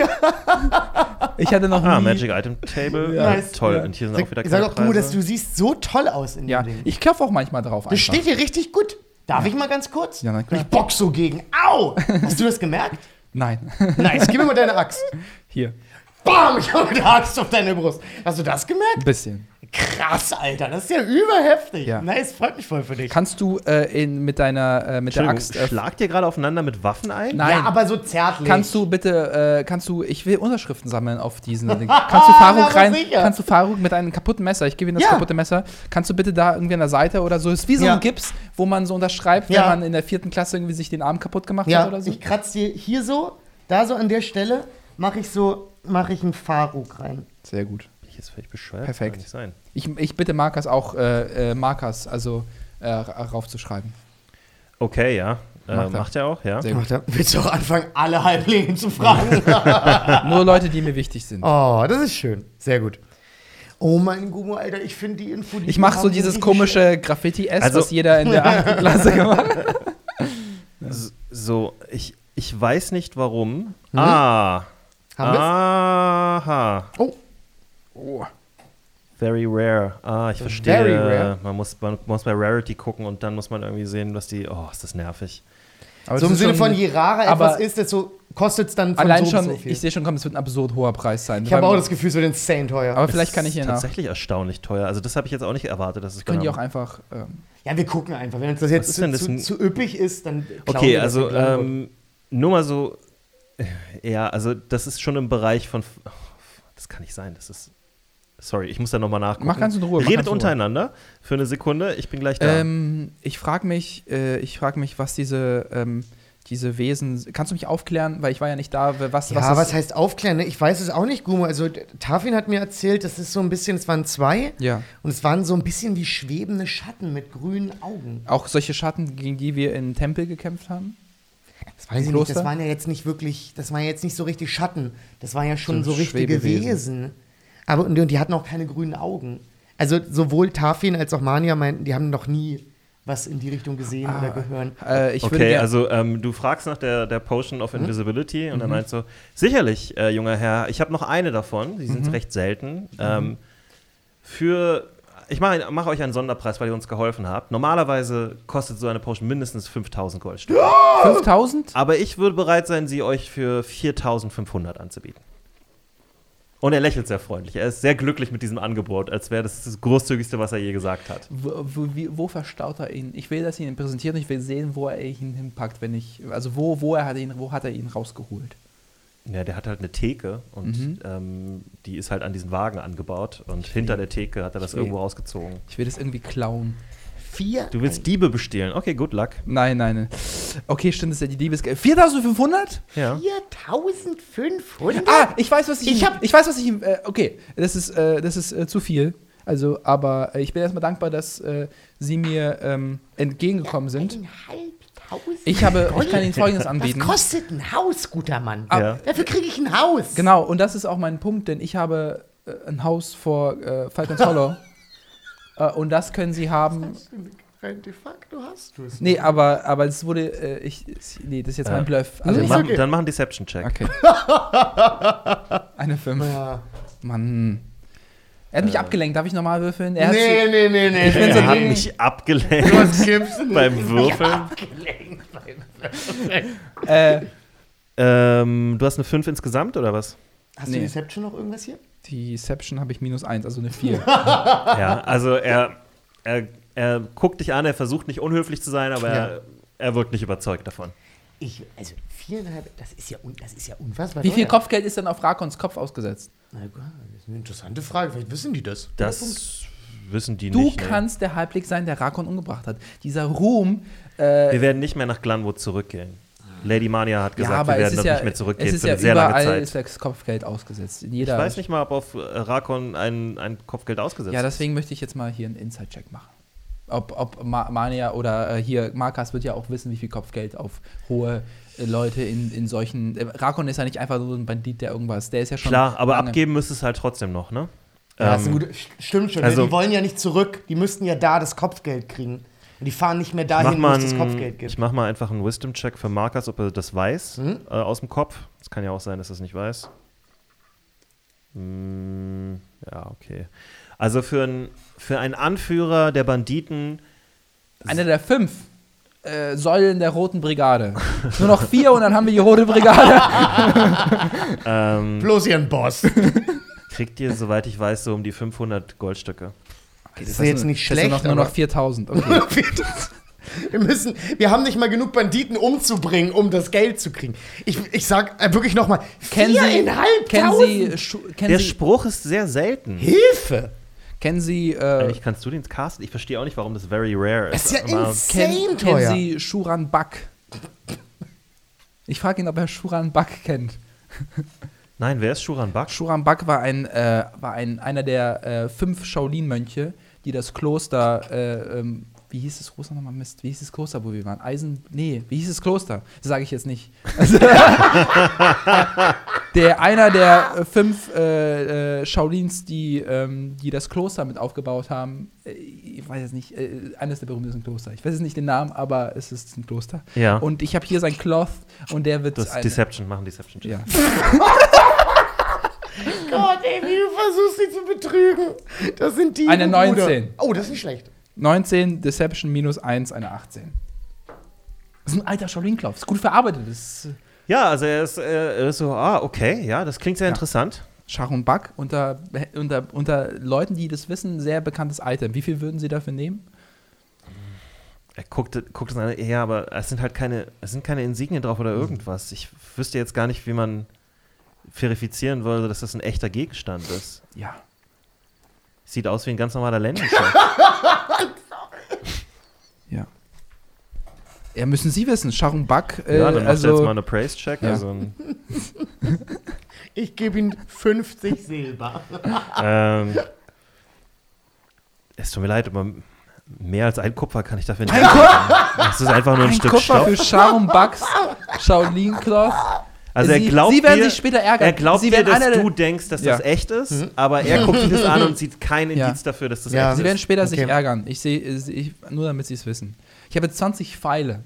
Ich hatte noch Ah, nie, Magic Item Table. Ja. Ja, Nice. toll. Ja. Und hier sind Sag, auch wieder sag keine doch, Gumo, dass Preise. du siehst so toll aus in ja, dem Ding. ich klopfe auch manchmal drauf Das einfach. steht hier richtig gut. Darf ich mal ganz kurz? Ja, na klar. Ich box so gegen. Au! Hast du das gemerkt? Nein, Nice, gib mir mal deine Axt. hier, Bam, ich habe eine Axt auf deine Brust. Hast du das gemerkt? ein bisschen. Krass, Alter, das ist ja überheftig. Ja. Nice, freut mich voll für dich. Kannst du äh, in, mit deiner äh, mit der Entschuldigung, Axt äh, schlagt ihr gerade aufeinander mit Waffen ein? Nein. Ja, aber so zärtlich. Kannst du bitte, äh, kannst du, ich will Unterschriften sammeln auf diesen Ding. Kannst du Faruk Aber rein, sicher. kannst du Faruk mit einem kaputten Messer, ich gebe ihm das Ja. kaputte Messer, kannst du bitte da irgendwie an der Seite oder so, ist wie so Ja. ein Gips, wo man so unterschreibt, Ja. wenn man in der vierten Klasse irgendwie sich den Arm kaputt gemacht Ja, hat oder so? ich kratze dir hier so, da so an der Stelle, mache ich so, mache ich einen Faruk rein. Sehr gut. Bin ich jetzt völlig bescheuert? Perfekt. Kann nicht sein. Ich, ich bitte Markus auch, äh, äh, Markus, also äh, raufzuschreiben. Okay, ja. Äh, Macht macht, er. er auch, ja. Sehr gut. Ach, da willst du auch anfangen, alle Halblinge zu fragen? Nur Leute, die mir wichtig sind. Oh, das ist schön. Sehr gut. Oh mein Gumo, Alter, ich finde die Info, die Ich wir mache so haben, dieses richtig komische Graffiti-S, Also- was jeder in der achten Klasse gemacht hat. S- So, ich, ich weiß nicht warum. Mhm. Ah. schön. Haben wir's? Aha. Oh, Oh. Very rare. Ah, ich verstehe. Very rare. Man muss, man muss bei Rarity gucken und dann muss man irgendwie sehen, was die. Oh, ist das nervig. Aber so das im ist Sinne schon- von, je rarer aber- etwas ist, desto kostet es dann von Allein so schon, und so viel. ich sehe schon, komm, es wird ein absurd hoher Preis sein. Ich habe Weil- auch das Gefühl, es wird insane teuer. Aber vielleicht Das kann ich ist hier nach. tatsächlich erstaunlich teuer. Also, das habe ich jetzt auch nicht erwartet, dass es Können die genau- auch einfach. Ähm, Ja, wir gucken einfach. Wenn uns das jetzt ist zu, denn das zu, n- zu üppig ist, dann klauen Okay, wir das also in Kleinburg. ähm, nur mal so. Ja, also das ist schon im Bereich von. Oh, das kann nicht sein. Das ist. Sorry, ich muss da nochmal nachgucken. Mach ganz in Ruhe, mach Redet ganz in Ruhe. untereinander für eine Sekunde. Ich bin gleich da. ähm, ich frage mich, äh, ich frage mich, was diese, ähm, diese Wesen. Kannst du mich aufklären, weil ich war ja nicht da. Was, Ja, was, was, ist, heißt aufklären? Ne? Ich weiß es auch nicht, Gumo. Also, d- Tafin hat mir erzählt, das ist so ein bisschen, es waren zwei Ja, und es waren so ein bisschen wie schwebende Schatten mit grünen Augen. auch solche Schatten, gegen die wir in Tempel gekämpft haben. Das weiß ich Kloster? nicht, das waren ja jetzt nicht wirklich, das waren ja jetzt nicht so richtig Schatten. Das waren ja schon So so, richtige Schwebewesen. Wesen. Aber und, und die hatten auch keine grünen Augen. Also sowohl Tafin als auch Mania meinten, die haben noch nie was in die Richtung gesehen oder gehört. Äh, ich würde Okay, gern- also ähm, du fragst nach der, der Potion of Invisibility und er Mhm. meint so, sicherlich, äh, junger Herr, ich habe noch eine davon, die sind Mhm. recht selten. Ähm, für, ich mache mach euch einen Sonderpreis, weil ihr uns geholfen habt. Normalerweise kostet so eine Potion mindestens fünftausend Goldstücke. fünftausend? Aber ich würde bereit sein, sie euch für viertausendfünfhundert anzubieten. Und er lächelt sehr freundlich. Er ist sehr glücklich mit diesem Angebot, als wäre das das großzügigste, was er je gesagt hat. Wo, wo, wie, wo verstaut er ihn? Ich will, dass ihr ihn präsentiert und ich will sehen, wo er ihn hinpackt, wenn ich. Also wo, wo, er hat ihn, wo hat er ihn rausgeholt? Ja, der hat halt eine Theke und Mhm. ähm, die ist halt an diesen Wagen angebaut und hinter der Theke hat er das Ich will- irgendwo rausgezogen. Ich will das irgendwie klauen. Vier. Du willst Diebe bestehlen. Okay, good luck. Nein, nein, nein. Okay, stimmt, das ist ja die Diebesgeld. viertausendfünfhundert? Ja. viertausendfünfhundert? Ah, ich weiß, was ich. Ich ihm- hab- ich weiß, was ich. ihm- Äh, okay, das ist, äh, das ist äh, zu viel. Also, aber äh, ich bin erstmal dankbar, dass äh, Sie mir ähm, entgegengekommen sind. Eineinhalbtausend Ich habe, ich kann Ihnen Gold? Folgendes Was anbieten. kostet ein Haus, guter Mann? Ah, Ja. Dafür kriege ich ein Haus. Genau, und das ist auch mein Punkt, denn ich habe äh, ein Haus vor äh, Falcons Hollow. äh, und das können Sie haben. Rein de facto hast du es. Nee, aber, aber es wurde. Äh, ich, es- nee, das ist jetzt Ja. mein Bluff. Also, Nee, ich ist Mach, okay. Dann mach einen Deception-Check. Okay. Eine fünf. Ja. Mann. Er hat mich Äh. abgelenkt. Darf ich normal würfeln? Er hat Nee, nee, nee, nee. Ich bin nee. so Er hat dringend- mich abgelenkt Was gibt's denn? beim Würfeln. Abgelenkt beim äh, Ähm, du hast eine fünf insgesamt oder was? Hast Nee. du Deception noch irgendwas hier? Deception habe ich minus eins, also eine vier. Ja, also er, er er guckt dich an, er versucht nicht unhöflich zu sein, aber Ja. er, er wirkt nicht überzeugt davon. Ich, also viereinhalb, das ist ja, un, das ist ja unfassbar. Wie viel teuer. Kopfgeld ist denn auf Rakons Kopf ausgesetzt? Na gut, das ist eine interessante Frage. Vielleicht wissen die das. Das wissen die Du nicht. ne? kannst der Halbling sein, der Rakon umgebracht hat. Dieser Ruhm. Äh, Wir werden nicht mehr nach Glanwood zurückgehen. Lady Mania hat gesagt, ja, aber wir es werden ist dort ja, nicht mehr zurückgehen es ist für ja eine sehr lange überall Zeit. ist das Kopfgeld ausgesetzt. In Ich jeder weiß nicht mal, ob auf Rakon ein, ein Kopfgeld ausgesetzt Ja, ist. deswegen möchte ich jetzt mal hier einen Inside-Check machen. Ob, ob Ma- Mania oder äh, hier, Markas wird ja auch wissen, wie viel Kopfgeld auf hohe äh, Leute in, in solchen. Äh, Rakon ist ja nicht einfach so ein Bandit, der irgendwas. Der ist ja schon. Klar, aber lange- abgeben müsste es halt trotzdem noch, ne? Ja, das ist Ähm, ein guter, stimmt schon. also- die wollen ja nicht zurück. Die müssten ja da das Kopfgeld kriegen. Und die fahren nicht mehr mach dahin, wo mal es das ein- Kopfgeld gibt. Ich mach mal einfach einen Wisdom-Check für Markus, ob er das weiß, Mhm. äh, aus dem Kopf. Es kann ja auch sein, dass er es nicht weiß. Mm, ja, okay. Also für, ein, für einen Anführer der Banditen Einer der fünf äh, Säulen der Roten Brigade. Nur noch vier und dann haben wir die Rote Brigade. ähm, Bloß ihren Boss. kriegt ihr, soweit ich weiß, so um die fünfhundert Goldstücke. Das ist ja jetzt nicht Das sind schlecht. noch, nur noch aber- viertausend. Okay. Wir müssen, wir haben nicht mal genug Banditen umzubringen, um das Geld zu kriegen. Ich, ich sag äh, wirklich nochmal, Kennen Sie, kennen viereinhalbtausend. Sie, Schu- kennen Der Sie, Spruch ist sehr selten. Hilfe! kennen Sie, äh, Eigentlich kannst du den casten? Ich verstehe auch nicht, warum das very rare Das ist. ist ja aber- insane kennen, teuer. kennen Sie Shuran Bak? Ich frage ihn, ob er Shuran Bak kennt. Nein, wer ist Shuran Bak? Shuran Bak war, ein, äh, war ein, einer der äh, fünf Shaolin-Mönche, die das Kloster, äh, ähm, wie hieß das Kloster nochmal? Mist, wie hieß das Kloster, wo wir waren? Eisen, nee, wie hieß das Kloster? Das sage ich jetzt nicht. Also, der, einer der äh, fünf äh, äh, Shaolins, die, ähm, die das Kloster mit aufgebaut haben, äh, ich weiß jetzt nicht, äh, eines der berühmtesten Kloster. Ich weiß jetzt nicht den Namen, aber es ist ein Kloster. Ja. Und ich habe hier sein Cloth und der wird Das ist eine- Deception, machen Deception. ja. Gott, ey, wie du versuchst, sie zu betrügen. Das sind die. Eine Bruder. neunzehn. Oh, das ist nicht schlecht. neunzehn, Deception minus eins, eine achtzehn. Das ist ein alter Shaolin-Cloth. Ist gut verarbeitet. Das ist äh, Ja, also er ist, äh, er ist so, ah, okay, ja, das klingt sehr Ja. interessant. Sharon Bak unter, unter, unter Leuten, die das wissen, ein sehr bekanntes Item. Wie viel würden Sie dafür nehmen? Er guckt, guckt es an, ja, aber es sind halt keine, es sind keine Insignien drauf oder irgendwas. Ich wüsste jetzt gar nicht, wie man verifizieren würde, dass das ein echter Gegenstand ist. Ja. Sieht aus wie ein ganz normaler Lendenschein. Ja. Ja, müssen Sie wissen. Sharon Bak, äh, ja, dann machst also, du jetzt mal eine Praise-Check. Ja. Also ein, Ich gebe ihm fünfzig Silber. ähm, es tut mir leid, aber mehr als ein Kupfer kann ich dafür nicht Ein geben. Das ist einfach nur ein, ein Stück Kupfer für Stoff. Sharon Baks Shaolin-Cloth. Also er Sie- glaubt Sie werden dir, sich später ärgern. Er glaubt Sie dir, werden dass einer der- du denkst, dass Ja. das echt ist, aber er guckt sich das an und sieht kein Ja. Indiz dafür, dass das Ja. echt Sie ist. werden später sich Okay. ärgern. Ich sehe, ich, nur damit Sie es wissen. Ich habe jetzt zwanzig Pfeile.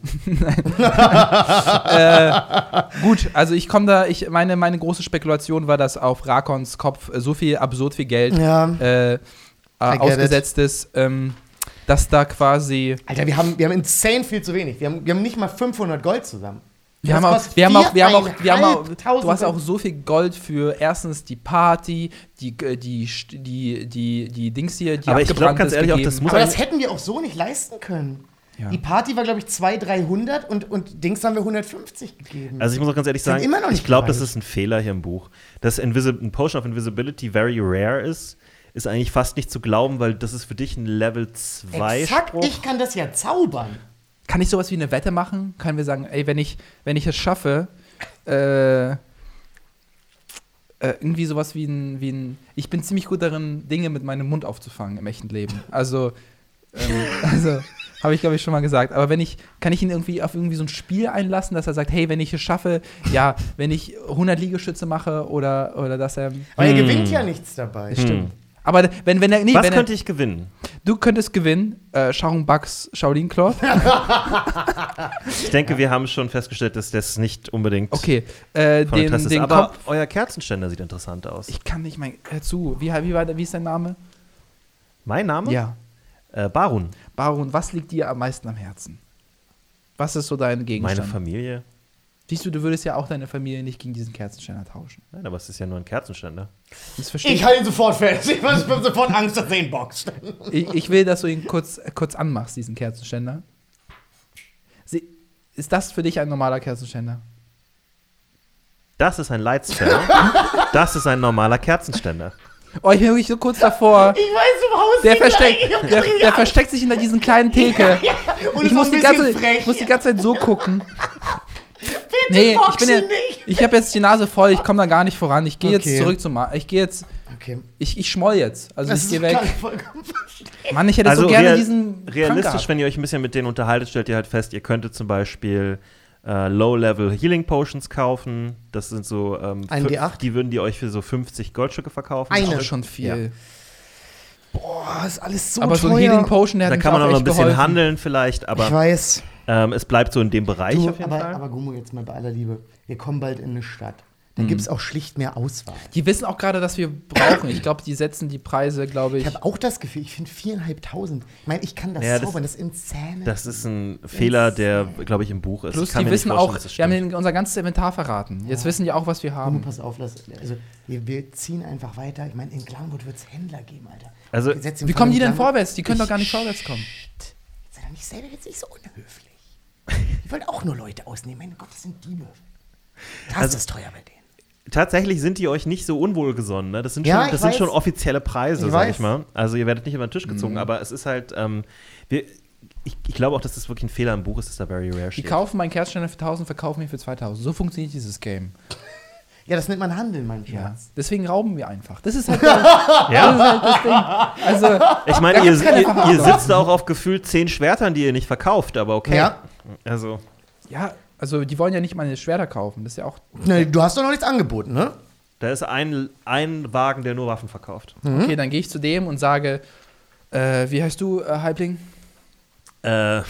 äh, gut, also ich komme da, ich, meine, meine große Spekulation war, dass auf Rakons Kopf äh, so viel, absurd viel Geld Ja. äh, äh, get it. ausgesetzt ist, ähm, dass da quasi. Alter, wir haben, wir haben insane viel zu wenig. Wir haben, wir haben nicht mal fünfhundert Gold zusammen. Wir Das haben, auch, kostet wir, haben auch, wir haben auch, wir haben auch, viereinhalbtausend du hast auch Gold. so viel Gold für erstens die Party, die, die, die, die, die, die Dings hier, die Aber ich glaub, abgebrannt ganz ist, ehrlich, auch gegeben. das muss Aber ein- das hätten wir auch so nicht leisten können. Ja. Die Party war, glaube ich, zweihundert, dreihundert und, und Dings haben wir hundertfünfzig gegeben. Also ich muss auch ganz ehrlich Sind sagen, immer noch nicht ich glaube, das gereicht. ist ein Fehler hier im Buch. Dass Invisi- ein Potion of Invisibility very rare ist, ist eigentlich fast nicht zu glauben, weil das ist für dich ein Level zwei Exakt, Spruch. ich kann das ja zaubern. Kann ich sowas wie eine Wette machen? Können wir sagen, ey, wenn ich, wenn ich es schaffe, äh, äh, irgendwie sowas wie ein, wie ein. Ich bin ziemlich gut darin, Dinge mit meinem Mund aufzufangen im echten Leben. Also, ähm, also habe ich, glaube ich, schon mal gesagt. Aber wenn ich, kann ich ihn irgendwie auf irgendwie so ein Spiel einlassen, dass er sagt, hey, wenn ich es schaffe, ja, wenn ich hundert Liegestütze mache oder, oder dass er. Aber er Hm. gewinnt ja nichts dabei. Stimmt. Aber wenn, wenn er. Nee, Was wenn könnte er, ich gewinnen? du könntest gewinnen, äh, Sharon Baks Shaolin Cloth. Ich denke, wir haben schon festgestellt, dass das nicht unbedingt Okay, äh, von den, Interesse ist. den Aber Kopf. euer Kerzenständer sieht interessant aus. Ich kann nicht mein. Hör zu. Wie, wie, war, wie ist dein Name? mein Name? Ja. Äh, Barun. Baron, was liegt dir am meisten am Herzen? Was ist so dein Meine Gegenstand? Familie. Siehst du, du würdest ja auch deine Familie nicht gegen diesen Kerzenständer tauschen. Nein, aber es ist ja nur ein Kerzenständer. Das verstehe Ich halte ihn sofort fest. Ich habe sofort Angst, dass er ihn boxt. ich. Ich will, dass du ihn kurz, kurz anmachst, diesen Kerzenständer. Sie, ist das für dich ein normaler Kerzenständer? Das ist ein Lightständer. Das ist ein normaler Kerzenständer. Oh, ich bin wirklich so kurz davor. Ich weiß überhaupt Der, nicht. versteckt, der, der versteckt sich hinter diesen kleinen Theke. Ja, und Ich ist muss, auch die ein ganze, bisschen frech. ich muss die ganze Zeit so gucken. Bitte Nee, ich box bin ja, ihn nicht. ich habe jetzt die Nase voll, ich komme da gar nicht voran. Ich gehe Okay. jetzt zurück zum Ma Ich gehe jetzt, Okay. ich, ich schmoll jetzt. Also Das ich gehe ist weg. kann ich vollkommen verstehen. Mann, ich hätte Also so gerne real- diesen Frank Realistisch, gehabt. wenn ihr euch ein bisschen mit denen unterhaltet, stellt ihr halt fest, ihr könntet zum Beispiel äh, Low-Level Healing Potions kaufen. Das sind so ähm, Ein fü- D acht? Die würden die euch für so fünfzig Goldstücke verkaufen. Eine. Das ist schon viel. Boah, ist alles so Aber so teuer. ein Healing Potion, der hat Da mich kann man auch noch ein echt bisschen geholfen. handeln vielleicht, Ich aber weiß. ähm, es bleibt so in dem Bereich Du, auf jeden aber, Fall. aber Gummo, jetzt mal bei aller Liebe. Wir kommen bald in eine Stadt. Da Mhm. gibt es auch schlicht mehr Auswahl. Die wissen auch gerade, dass wir brauchen. Ich glaube, die setzen die Preise, glaube ich. Ich habe auch das Gefühl, ich finde viereinhalbtausend. Ich meine, ich kann das Ja, das- zaubern, das ist insane. Das ist ein Fehler, der, glaube ich, im Buch ist. Plus, Ich kann die mir nicht wissen vorstellen, auch, dass das wir haben stimmt. ihnen unser ganzes Inventar verraten. Jetzt wissen die auch, was wir Gummo, haben. pass auf, lass, also wir, wir ziehen einfach weiter. Ich meine, in Glanwood wird es Händler geben, Alter. Also, Wir setzen Wie von kommen in die denn Glanwood- vorwärts? Die können doch Ich- gar nicht vorwärts kommen. Psst. Sei doch nicht selber jetzt nicht so unhöflich. Ich wollte auch nur Leute ausnehmen. Mein Gott, das sind Diebe. Das Also- ist teuer bei denen. Tatsächlich sind die euch nicht so unwohlgesonnen. Ne? Das sind Ja, schon, ich das sind weiß. schon offizielle Preise, Ich sag weiß. ich mal. Also ihr werdet nicht über den Tisch Mhm. gezogen, aber es ist halt, ähm, wir, ich, ich glaube auch, dass das wirklich ein Fehler im Buch ist, dass da Very Rare Die steht. kaufen meinen Kerzenständer für tausend, verkaufen ihn für zweitausend. So funktioniert dieses Game. Ja, das nennt man Handeln, mein Schatz. Deswegen rauben wir einfach. Das ist halt, der, das, ist Ja? halt das Ding. Also, Ich meine, Da ihr, gibt's keine ihr, ihr Verhandlung. sitzt da auch auf gefühlt zehn Schwertern, die ihr nicht verkauft, aber okay. Ja. Also, ja, also die wollen ja nicht meine Schwerter kaufen. Das ist ja auch. Ne, du hast doch noch nichts angeboten, ne? da ist ein, ein Wagen, der nur Waffen verkauft. Okay, dann gehe ich zu dem und sage, äh, wie heißt du, äh, Halbling? Äh.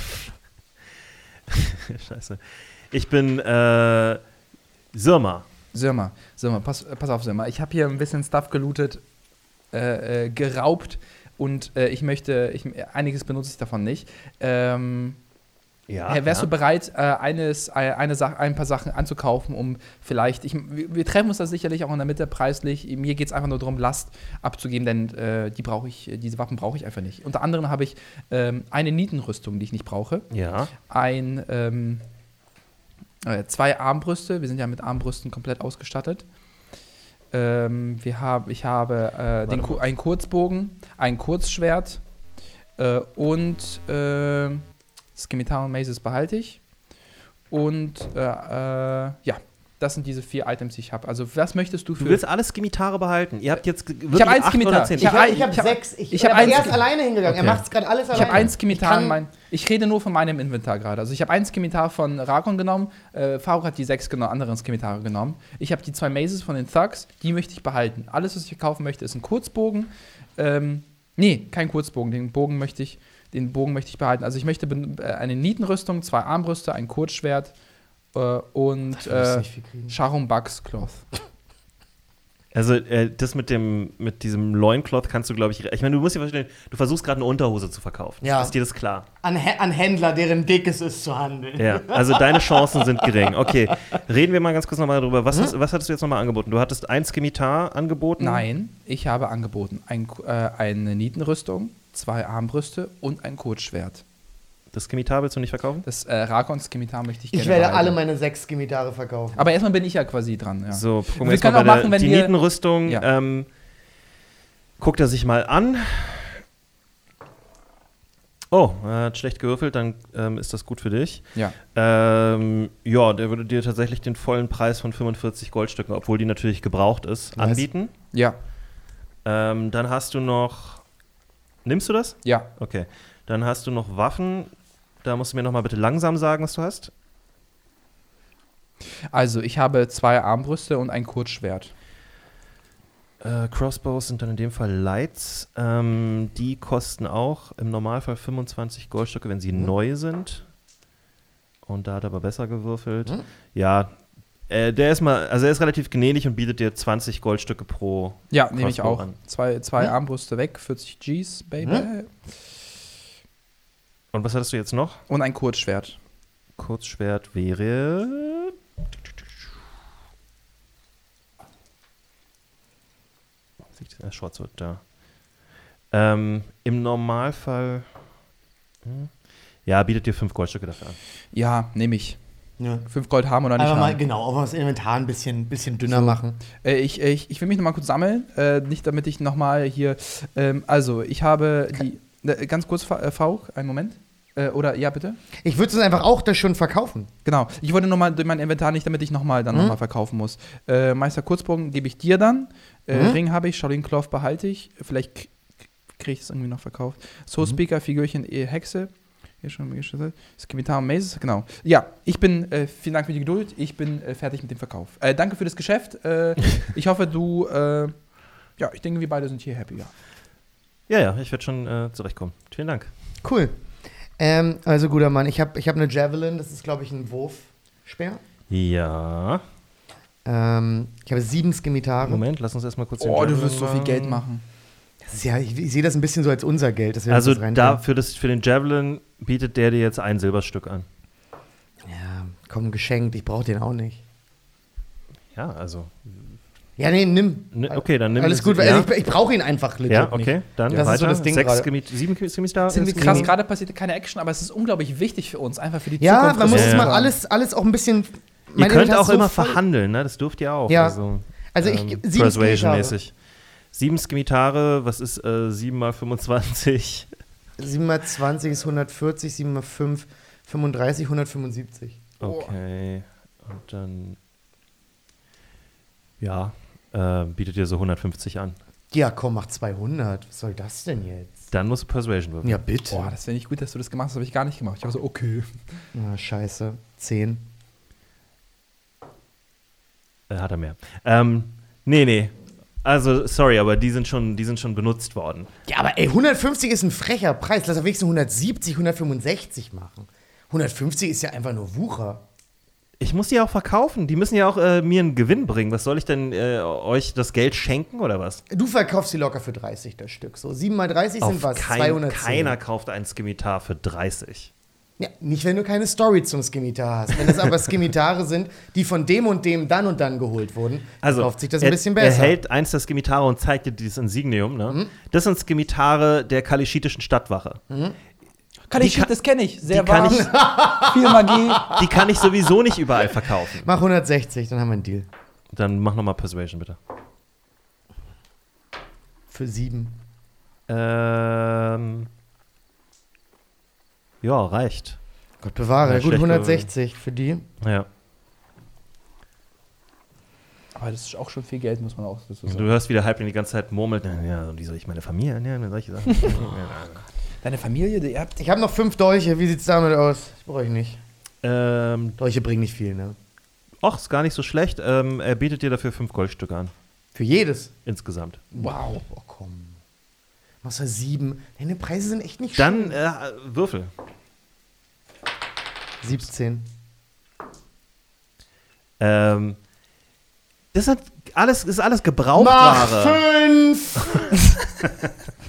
Scheiße. Ich bin, äh. Sirma. Sirma, Sirma, pass, äh, pass auf, Sirma. Ich habe hier ein bisschen Stuff gelootet, äh, äh, geraubt und äh, ich möchte, ich, einiges benutze ich davon nicht. Ähm, Ja. Herr, wärst ja. du bereit, äh, eines, äh, eine Sach ein paar Sachen anzukaufen, um vielleicht, ich, wir, wir treffen uns da sicherlich auch in der Mitte preislich, mir geht es einfach nur darum, Last abzugeben, denn äh, die brauche ich, diese Waffen brauche ich einfach nicht. Unter anderem habe ich ähm, eine Nietenrüstung, die ich nicht brauche, Ja. ein, ähm, äh, zwei Armbrüste, wir sind ja mit Armbrüsten komplett ausgestattet. Ähm, wir haben, ich habe äh, den, Ku- einen Kurzbogen, ein Kurzschwert äh, und äh, Scimitar und Maces behalte ich. Und äh, äh, ja, das sind diese vier Items, die ich habe. Also, was möchtest du für. Du willst alle Skimitare behalten. Ihr habt jetzt ge- wirklich hab eins acht Skimitar. oder zehn. Ich Ich hab habe ein- ich hab ich hab- sechs. Ich, ich hab aber eins- er ist alleine hingegangen. Okay. Er macht es gerade alles Ich alleine. habe ein Scimitar Ich in kann- mein. Ich rede nur von meinem Inventar gerade. Also ich habe ein Scimitar von Rakon genommen, äh, Faruk hat die sechs geno anderen Scimitare genommen. Ich habe die zwei Maces von den Thugs, die möchte ich behalten. Alles, was ich hier kaufen möchte, ist ein Kurzbogen. Ähm, nee, kein Kurzbogen. Den Bogen möchte ich, den Bogen möchte ich behalten. Also ich möchte ben- äh, eine Nietenrüstung, zwei Armbrüste, ein Kurzschwert äh, und Du wirst äh, nicht viel kriegen. Sharon Bugs Cloth. Also, äh, das mit dem mit diesem Loincloth kannst du, glaube ich, ich meine, du musst dir verstehen, du versuchst gerade eine Unterhose zu verkaufen. Ja. Ist dir das klar? An, Hä- an Händler, deren dick es ist, zu handeln. Ja, also deine Chancen sind gering. Okay, reden wir mal ganz kurz nochmal darüber. Hm? Was, hast, was hattest du jetzt nochmal angeboten? Du hattest ein Skimitar angeboten? Nein, ich habe angeboten ein, äh, eine Nietenrüstung, zwei Armbrüste und ein Kurzschwert. Das Skimitar willst du nicht verkaufen? Das äh, Rakon-Skimitar möchte ich gerne Ich werde behalten. alle meine sechs Skimitare verkaufen. Aber erstmal bin ich ja quasi dran, ja. So, gucken wir, Wir jetzt können mal auch bei machen, der wenn die wir- Nietenrüstung. Ja. Ähm, guckt er sich mal an. Oh, er hat schlecht gewürfelt, dann ähm, ist das gut für dich. Ja. Ähm, ja, der würde dir tatsächlich den vollen Preis von fünfundvierzig Goldstücken, obwohl die natürlich gebraucht ist, Was? anbieten. Ja, Ähm, dann hast du noch. Nimmst du das? ja. Okay. Dann hast du noch Waffen. Da musst du mir noch mal bitte langsam sagen, was du hast. Also, ich habe zwei Armbrüste und ein Kurzschwert. Äh, Crossbows sind dann in dem Fall Lights. Ähm, die kosten auch im Normalfall fünfundzwanzig Goldstücke, wenn sie Mhm. neu sind. Und da hat er aber besser gewürfelt. Mhm. Ja, äh, der ist mal, also er ist relativ gnädig und bietet dir zwanzig Goldstücke pro. Ja, nehme ich Crossbow auch. an. Zwei, zwei Hm? Armbrüste weg, vierzig Gs, Baby. Hm? Und was hattest du jetzt noch? Und ein Kurzschwert. Kurzschwert wäre äh, Schwarzwood, da. Ähm, im Normalfall, hm, ja, bietet dir fünf Goldstücke dafür an. Ja, nehme ich. Ja. Fünf Gold haben oder nicht Aber mal, haben. genau, auch mal das Inventar ein bisschen, bisschen dünner machen. Äh, ich, ich, ich will mich noch mal kurz sammeln, äh, nicht damit ich noch mal hier, ähm, also ich habe die, äh, ganz kurz, äh, Fauk, einen Moment, äh, oder, ja bitte? Ich würde es einfach auch das schon verkaufen. Genau, ich wollte noch mal mein Inventar nicht, damit ich noch mal dann Mhm. noch mal verkaufen muss. Äh, Meister Kurzbogen gebe ich dir dann, äh, Mhm. Ring habe ich, Shaolin Cloth behalte ich, vielleicht k- kriege ich das irgendwie noch verkauft. Soul Speaker, Figürchen, eh, Hexe. Hier schon geschüttelt. Skimitar und Mazes, genau. Ja, ich bin, äh, vielen Dank für die Geduld, ich bin äh, fertig mit dem Verkauf. Äh, danke für das Geschäft. Äh, ich hoffe, du, äh, ja, ich denke, wir beide sind hier happy, ja. Ja, ja, ich werde schon äh, zurechtkommen. Vielen Dank. Cool. Ähm, also, guter Mann, ich habe ich hab eine Javelin, das ist, glaube ich, ein Wurfspeer. Ja. Ähm, ich habe sieben Scimitare. Moment, lass uns erstmal kurz den Oh, du Javelin wirst so viel machen. Geld machen. Das ist ja, ich, ich sehe das ein bisschen so als unser Geld. Dass wir Also das rein da für, das, für den Javelin bietet der dir jetzt ein Silberstück an. Ja, komm, geschenkt, ich brauche den auch nicht. Ja, also. Ja, nee, nimm. Ne, okay, dann nimm Alles das- gut, weil ja. ich, ich brauche ihn einfach legit Ja, okay, nicht. dann Das ist weiter. so das Ding Sechs gerade. Skimit, sieben Skimitar. Ziemlich krass, gerade passiert keine Action, aber es ist unglaublich wichtig für uns, einfach für die Ja, Zukunft. man muss Ja, es ja. mal alles, alles auch ein bisschen. Ihr mein könnt Inventar auch ist so immer voll. verhandeln, ne? Das dürft ihr auch. Ja. Also, Also ich- ähm, sieben Persuasion-mäßig. Sieben Skimitare, was ist äh, sieben mal fünfundzwanzig? sieben mal zwanzig ist hundertvierzig, sieben mal fünf, fünfunddreißig, hundertfünfundsiebzig. Okay. Und dann. Ja, äh, bietet dir so hundertfünfzig an. Ja, komm, mach zweihundert. Was soll das denn jetzt? Dann musst du Persuasion würfeln. Ja, bitte. Boah, das wäre nicht gut, dass du das gemacht hast, habe ich gar nicht gemacht. Ich war so, okay. Ah, scheiße. zehn. Äh, hat er mehr. Ähm, nee, nee. Also, sorry, aber die sind schon, die sind schon benutzt worden. Ja, aber ey, hundertfünfzig ist ein frecher Preis. Lass doch wenigstens hundertsiebzig, hundertfünfundsechzig machen. hundertfünfzig ist ja einfach nur Wucher. Ich muss die auch verkaufen. Die müssen ja auch äh, mir einen Gewinn bringen. Was soll ich denn äh, euch das Geld schenken oder was? Du verkaufst die locker für dreißig, das Stück. So, sieben mal dreißig sind Auf was? kein, zweihundertzehn. keiner kauft ein Skimitar für dreißig. Ja, nicht, wenn du keine Story zum Skimitar hast. Wenn das aber Skimitare sind, die von dem und dem dann und dann geholt wurden, Also, kauft sich das ein er, bisschen er besser. hält eins der Skimitare und zeigt dir dieses Insignium. Ne? Mhm. Das sind Skimitare der kalischitischen Stadtwache. Kann Die ich, kann- das kenne ich. Sehr die kann warm, ich- viel Magie. Die kann ich sowieso nicht überall verkaufen. Mach hundertsechzig, dann haben wir einen Deal. Dann mach nochmal Persuasion, bitte. Für sieben. Ähm. Ja, reicht. Gott bewahre, Ja, gut, schlecht hundertsechzig für die. Ja. Aber das ist auch schon viel Geld, muss man auch dazu Du sagen. hörst, wie der Halbling die ganze Zeit murmelt. Ja, und wie soll ich meine Familie ernähren? Solche Sachen. Deine Familie, die habt. Ich habe noch fünf Dolche, wie sieht's damit aus? Das brauche ich nicht. ähm, Dolche bringen nicht viel, ne? Och, ist gar nicht so schlecht. Ähm, er bietet dir dafür fünf Goldstücke an. Für jedes. Insgesamt. Wow. Oh, komm. Machst du sieben. Deine Preise sind echt nicht Dann schön. äh, Würfel. siebzehn. Ähm, das sind alles, ist alles Mach Gebrauchtware. fünf!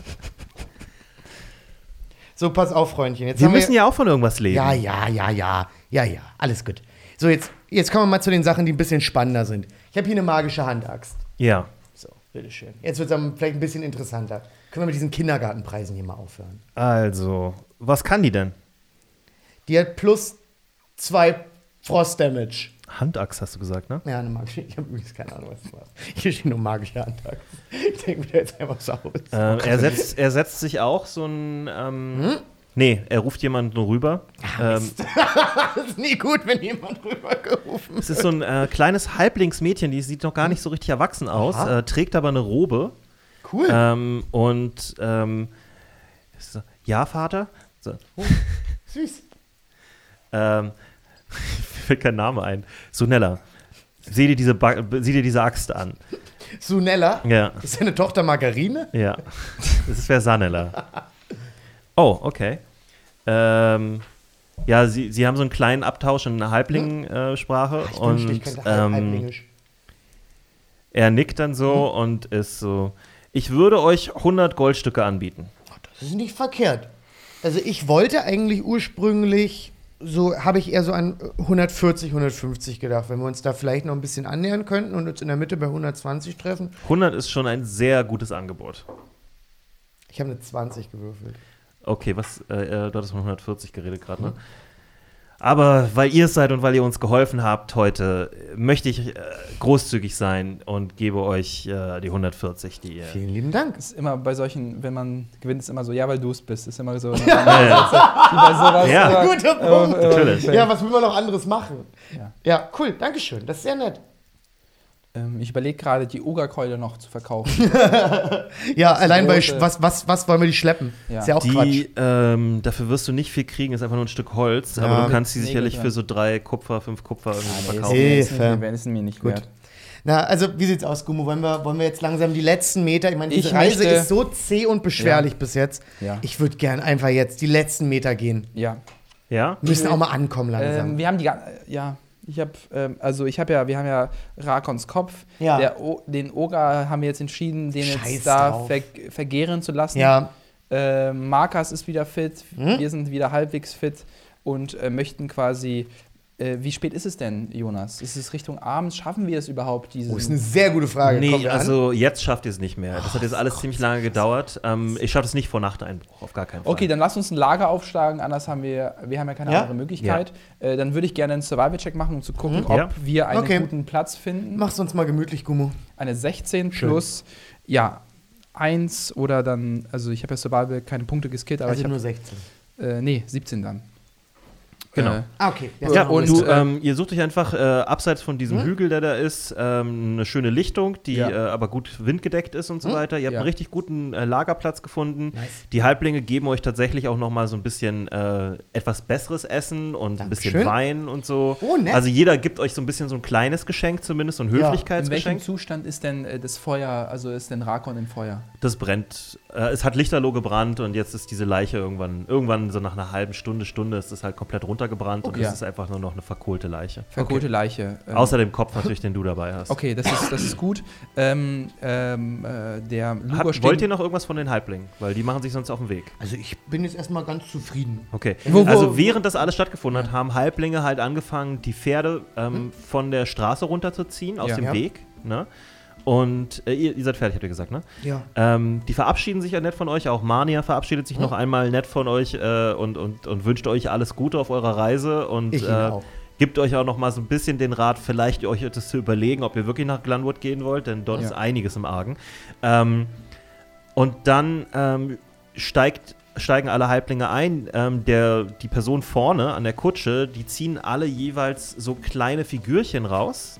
So, pass auf, Freundchen. Jetzt Wir haben müssen wir ja auch von irgendwas leben. Ja, ja, ja, ja. Ja, ja. Alles gut. So, jetzt, jetzt kommen wir mal zu den Sachen, die ein bisschen spannender sind. Ich habe hier eine magische Handaxt. Ja. So, bitteschön. Jetzt wird es vielleicht ein bisschen interessanter. Können wir mit diesen Kindergartenpreisen hier mal aufhören? Also, was kann die denn? Die hat plus zwei Frost-Damage. Handachs hast du gesagt, ne? Ja, eine magische. Ich habe übrigens keine Ahnung, was das war. Hier steht nur magische Handaxt. Ich denke mir da jetzt einfach so aus. Ähm, er, setzt, er setzt sich auch so ein. Ähm, Hm? Nee, er ruft jemanden rüber. Ähm, Das ist nie gut, wenn jemand rübergerufen es ist so ein äh, kleines Halblingsmädchen, die sieht noch gar nicht so richtig erwachsen aus, Aha. äh, trägt aber eine Robe. Cool. Ähm, und ähm, ist so, ja, Vater? So, Süß. ähm, mir fällt kein Name ein. Sunella, sieh dir diese, ba sieh dir diese Axt an. Sunella. Ja, Ist deine Tochter Margarine? ja. Das wäre Sanella. Oh, okay. Ähm, ja, sie, sie haben so einen kleinen Abtausch in einer Halbling-Sprache. Ich und wünschte, ich könnte halb- ähm, halblingisch. er nickt dann so und ist so: Ich würde euch hundert Goldstücke anbieten. Das ist nicht verkehrt. Also ich wollte eigentlich ursprünglich so habe ich eher so an hundertvierzig, hundertfünfzig gedacht, wenn wir uns da vielleicht noch ein bisschen annähern könnten und uns in der Mitte bei hundertzwanzig treffen. hundert ist schon ein sehr gutes Angebot. Ich habe eine zwanzig gewürfelt. Okay, was, äh, äh, du hattest von hundertvierzig geredet gerade, ne? Aber weil ihr es seid und weil ihr uns geholfen habt heute, möchte ich äh, großzügig sein und gebe euch äh, die hundertvierzig, die ihr. Vielen lieben Dank. Ist immer bei solchen, wenn man gewinnt, ist immer so, ja, weil du es bist. Ist immer so. Wie bei sowas. Ja. aber- Guter Punkt. äh, äh, Natürlich. Ja, was will man noch anderes machen? Ja. Ja, cool, Dankeschön. Das ist sehr nett. Ähm, ich überlege gerade, die Ogerkeule noch zu verkaufen. Ja, allein bei große- Sch- was, was, was wollen wir die schleppen? Ja. Ist ja auch Quatsch. Die, ähm, dafür wirst du nicht viel kriegen, ist einfach nur ein Stück Holz, Ja. aber du kannst sie Nägel sicherlich dran. für so drei Kupfer, fünf Kupfer irgendwie Ah, nee, ist, verkaufen. Hey, ist, fair. nicht, ist mir nicht Gut. wert. Na, also wie sieht's aus, Gummo? Wollen wir, wollen wir jetzt langsam die letzten Meter? Ich meine, diese Ich Reise möchte- ist so zäh und beschwerlich bis jetzt. Ja. Ich würde gern einfach jetzt die letzten Meter gehen. Ja. Ja? Wir müssen auch mal ankommen langsam. Ähm, wir haben die ga- ja, ich habe ähm, also ich habe ja, wir haben ja Rakons Kopf. Ja. Der o den Oger haben wir jetzt entschieden, den Scheiß jetzt da drauf. ver vergehren zu lassen. ja, Äh, Markus ist wieder fit, Hm? wir sind wieder halbwegs fit und äh, möchten quasi. Äh, wie spät ist es denn, Jonas? Ist es Richtung abends? Schaffen wir es überhaupt? Diesen oh, ist eine sehr gute Frage. Kommen Nee, wir an? also jetzt schafft ihr es nicht mehr. Das hat jetzt alles ziemlich lange gedauert. Ähm, ich schaffe es nicht vor Nachteinbruch, auf gar keinen Fall. Okay, dann lass uns ein Lager aufschlagen, anders haben wir, wir haben ja keine Ja? andere Möglichkeit. Äh, dann würde ich gerne einen Survival-Check machen, um zu gucken, Mhm. ob Ja. wir einen Okay. guten Platz finden. Mach's uns mal gemütlich, Gummo. Eine sechzehn Schön. plus, ja, eins oder dann, also ich habe ja Survival keine Punkte geskillt, aber Also ich nur habe, sechzehn. äh, nee, siebzehn dann. Genau. Äh, Ah, okay. Ja, und, du, äh, ähm, ihr sucht euch einfach äh, abseits von diesem Hm? Hügel, der da ist, ähm, eine schöne Lichtung, die Ja. äh, aber gut windgedeckt ist und so Hm? weiter. Ihr habt Ja. einen richtig guten äh, Lagerplatz gefunden. Nice. Die Halblinge geben euch tatsächlich auch noch mal so ein bisschen äh, etwas besseres Essen und ein bisschen Dankeschön. Wein und so. Oh, nett. Also jeder gibt euch so ein bisschen so ein kleines Geschenk zumindest, so ein Ja. in welchem Höflichkeitsgeschenk. Zustand ist denn äh, das Feuer, also ist denn Rakon im Feuer? Das brennt. Äh, es hat lichterloh gebrannt und jetzt ist diese Leiche irgendwann, irgendwann so nach einer halben Stunde, Stunde ist es halt komplett runtergebrannt und Okay. es ist einfach nur noch eine verkohlte Leiche. Verkohlte Leiche. ähm, Außer dem Kopf natürlich, den du dabei hast. Okay, das ist, das ist gut. Ähm, ähm, äh, der Lugor Hat, steht- wollt ihr noch irgendwas von den Halblingen? Weil die machen sich sonst auf den Weg. Also ich bin jetzt erstmal ganz zufrieden. Okay. Wo- wo- also während das alles stattgefunden hat, haben Halblinge halt angefangen, die Pferde ähm, von der Straße runterzuziehen, aus Ja. dem Ja. Weg. Ne? Und äh, ihr, ihr seid fertig, habt ihr gesagt, ne? Ja. Ähm, die verabschieden sich ja nett von euch. Auch Mania verabschiedet sich Hm. noch einmal nett von euch äh, und, und, und wünscht euch alles Gute auf eurer Reise. Und Ich Ihnen äh, auch. gibt euch auch noch mal so ein bisschen den Rat, vielleicht euch das zu überlegen, ob ihr wirklich nach Glenwood gehen wollt, denn dort Ja. ist einiges im Argen. Ähm, und dann ähm, steigt, steigen alle Halblinge ein. Ähm, der, die Person vorne an der Kutsche, die ziehen alle jeweils so kleine Figürchen raus.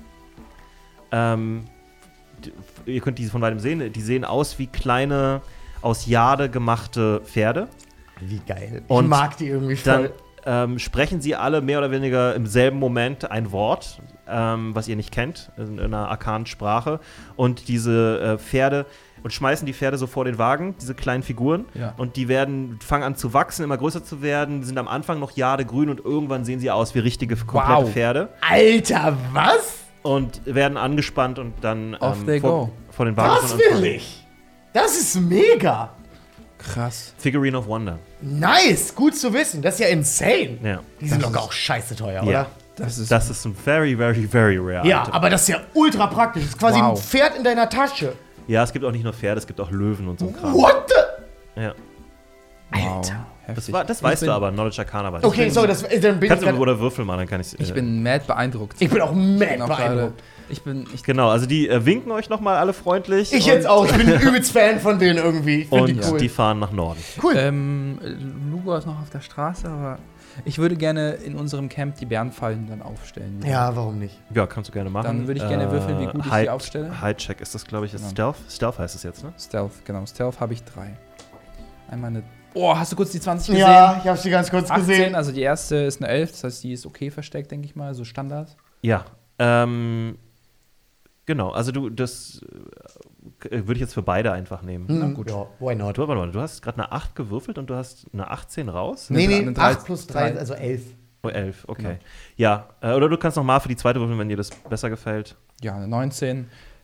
Ähm, d- ihr könnt die von weitem sehen. Die sehen aus wie kleine, aus Jade gemachte Pferde. Wie geil. Und ich mag die irgendwie Dann voll. ähm, sprechen sie alle mehr oder weniger im selben Moment ein Wort, ähm, was ihr nicht kennt, in, in einer arkanen Sprache. Und diese äh, Pferde, und schmeißen die Pferde so vor den Wagen, diese kleinen Figuren. Ja. Und die werden, fangen an zu wachsen, immer größer zu werden, sind am Anfang noch jadegrün und irgendwann sehen sie aus wie richtige, komplette Wow. Pferde. Alter, was? Und werden angespannt und dann Off they vor, go. vor den Wagen Das von uns will ich. Das ist mega. Krass. Figurine of Wonder. Nice, gut zu wissen. Das ist ja insane. Ja. Die sind doch auch scheiße teuer, Ja. oder? Das ist, Das ist ein very, very, very rare Ja, Item. aber das ist ja ultra praktisch. Das ist quasi ein Wow. Pferd in deiner Tasche. Ja, es gibt auch nicht nur Pferde, es gibt auch Löwen und so ein Kram. What the? Ja. wow. Alter. Das, Heftig. war, das Ich weißt bin, du aber, Knowledge Arcana weißt Okay, du. so, das, dann bin ich, Kannst du grad, oder würfel mal, dann kann ich Ich bin mad beeindruckt. ich bin auch mad bin auch gerade- beeindruckt. Ich bin, ich, Genau, also die äh, winken euch nochmal alle freundlich. Ich und, jetzt auch. Ich bin übelst Fan von denen irgendwie. Ich finde Und die cool. die fahren nach Norden. cool. ähm, Lugor ist noch auf der Straße, aber ich würde gerne in unserem Camp die Bärenfallen dann aufstellen. Ja, warum nicht? Ja, kannst du gerne machen. Dann würde ich gerne würfeln, wie gut ich die Hide- aufstelle. Hide-Check ist das, glaube ich, ist Genau. Stealth. Stealth heißt es jetzt, ne? Stealth, genau. Stealth habe ich drei. Einmal eine. Oh, hast du kurz die zwanzig gesehen? Ja, ich habe sie ganz kurz achtzehn, gesehen. also die erste ist eine elf, das heißt, die ist okay versteckt, denke ich mal, so Standard. Ja. Ähm, genau, also du, das äh, würde ich jetzt für beide einfach nehmen. Hm, Na gut. Ja, why not? Du, warte mal, du hast gerade eine acht gewürfelt und du hast eine achtzehn raus? Nee, nee, Eine drei- acht plus drei, drei. also elf. Oh, elf, okay. Genau. Ja, äh, oder du kannst noch mal für die zweite würfeln, wenn dir das besser gefällt. Ja, eine neunzehn.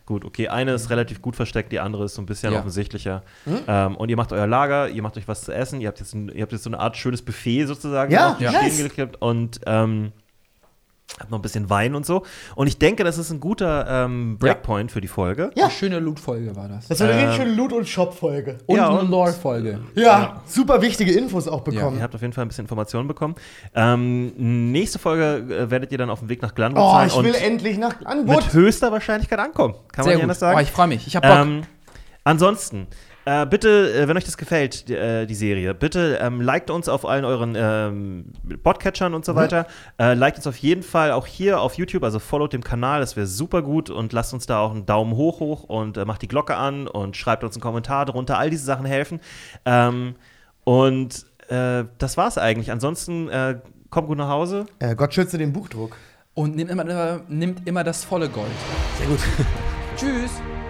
Gut, okay, eine ist relativ gut versteckt, die andere ist so ein bisschen Ja. offensichtlicher. Ähm, und ihr macht euer Lager, ihr macht euch was zu essen, ihr habt jetzt, ein, ihr habt jetzt so eine Art schönes Buffet sozusagen Ja, noch ja. stehen Nice. geklebt und ähm, habt noch ein bisschen Wein und so. Und ich denke, das ist ein guter ähm, Breakpoint für die Folge. Ja. Eine schöne Loot-Folge war das. Das war eine Ähm, richtig schöne Loot- und Shop-Folge. Und Ja, eine und- Lore-Folge. Ja, super wichtige Infos auch bekommen. Ihr habt auf jeden Fall ein bisschen Informationen bekommen. Ähm, nächste Folge äh, werdet ihr dann auf dem Weg nach Glanwood Oh, sein ich will und endlich nach Angebot. mit höchster Wahrscheinlichkeit ankommen. Kann Sehr man nicht gut. anders sagen? Oh, ich freue mich. Ich hab Bock. Ähm, ansonsten, äh, bitte, äh, wenn euch das gefällt, die, äh, die Serie, bitte ähm, liked uns auf allen euren ähm, Podcatchern und so weiter. Äh, liked uns auf jeden Fall auch hier auf YouTube, also followt dem Kanal, das wäre super gut und lasst uns da auch einen Daumen hoch hoch und äh, macht die Glocke an und schreibt uns einen Kommentar drunter. All diese Sachen helfen. Ähm, und äh, das war's eigentlich. Ansonsten äh, kommt gut nach Hause. Äh, Gott schütze den Buchdruck. Und nimmt immer, nimmt immer das volle Gold. Sehr gut. Tschüss.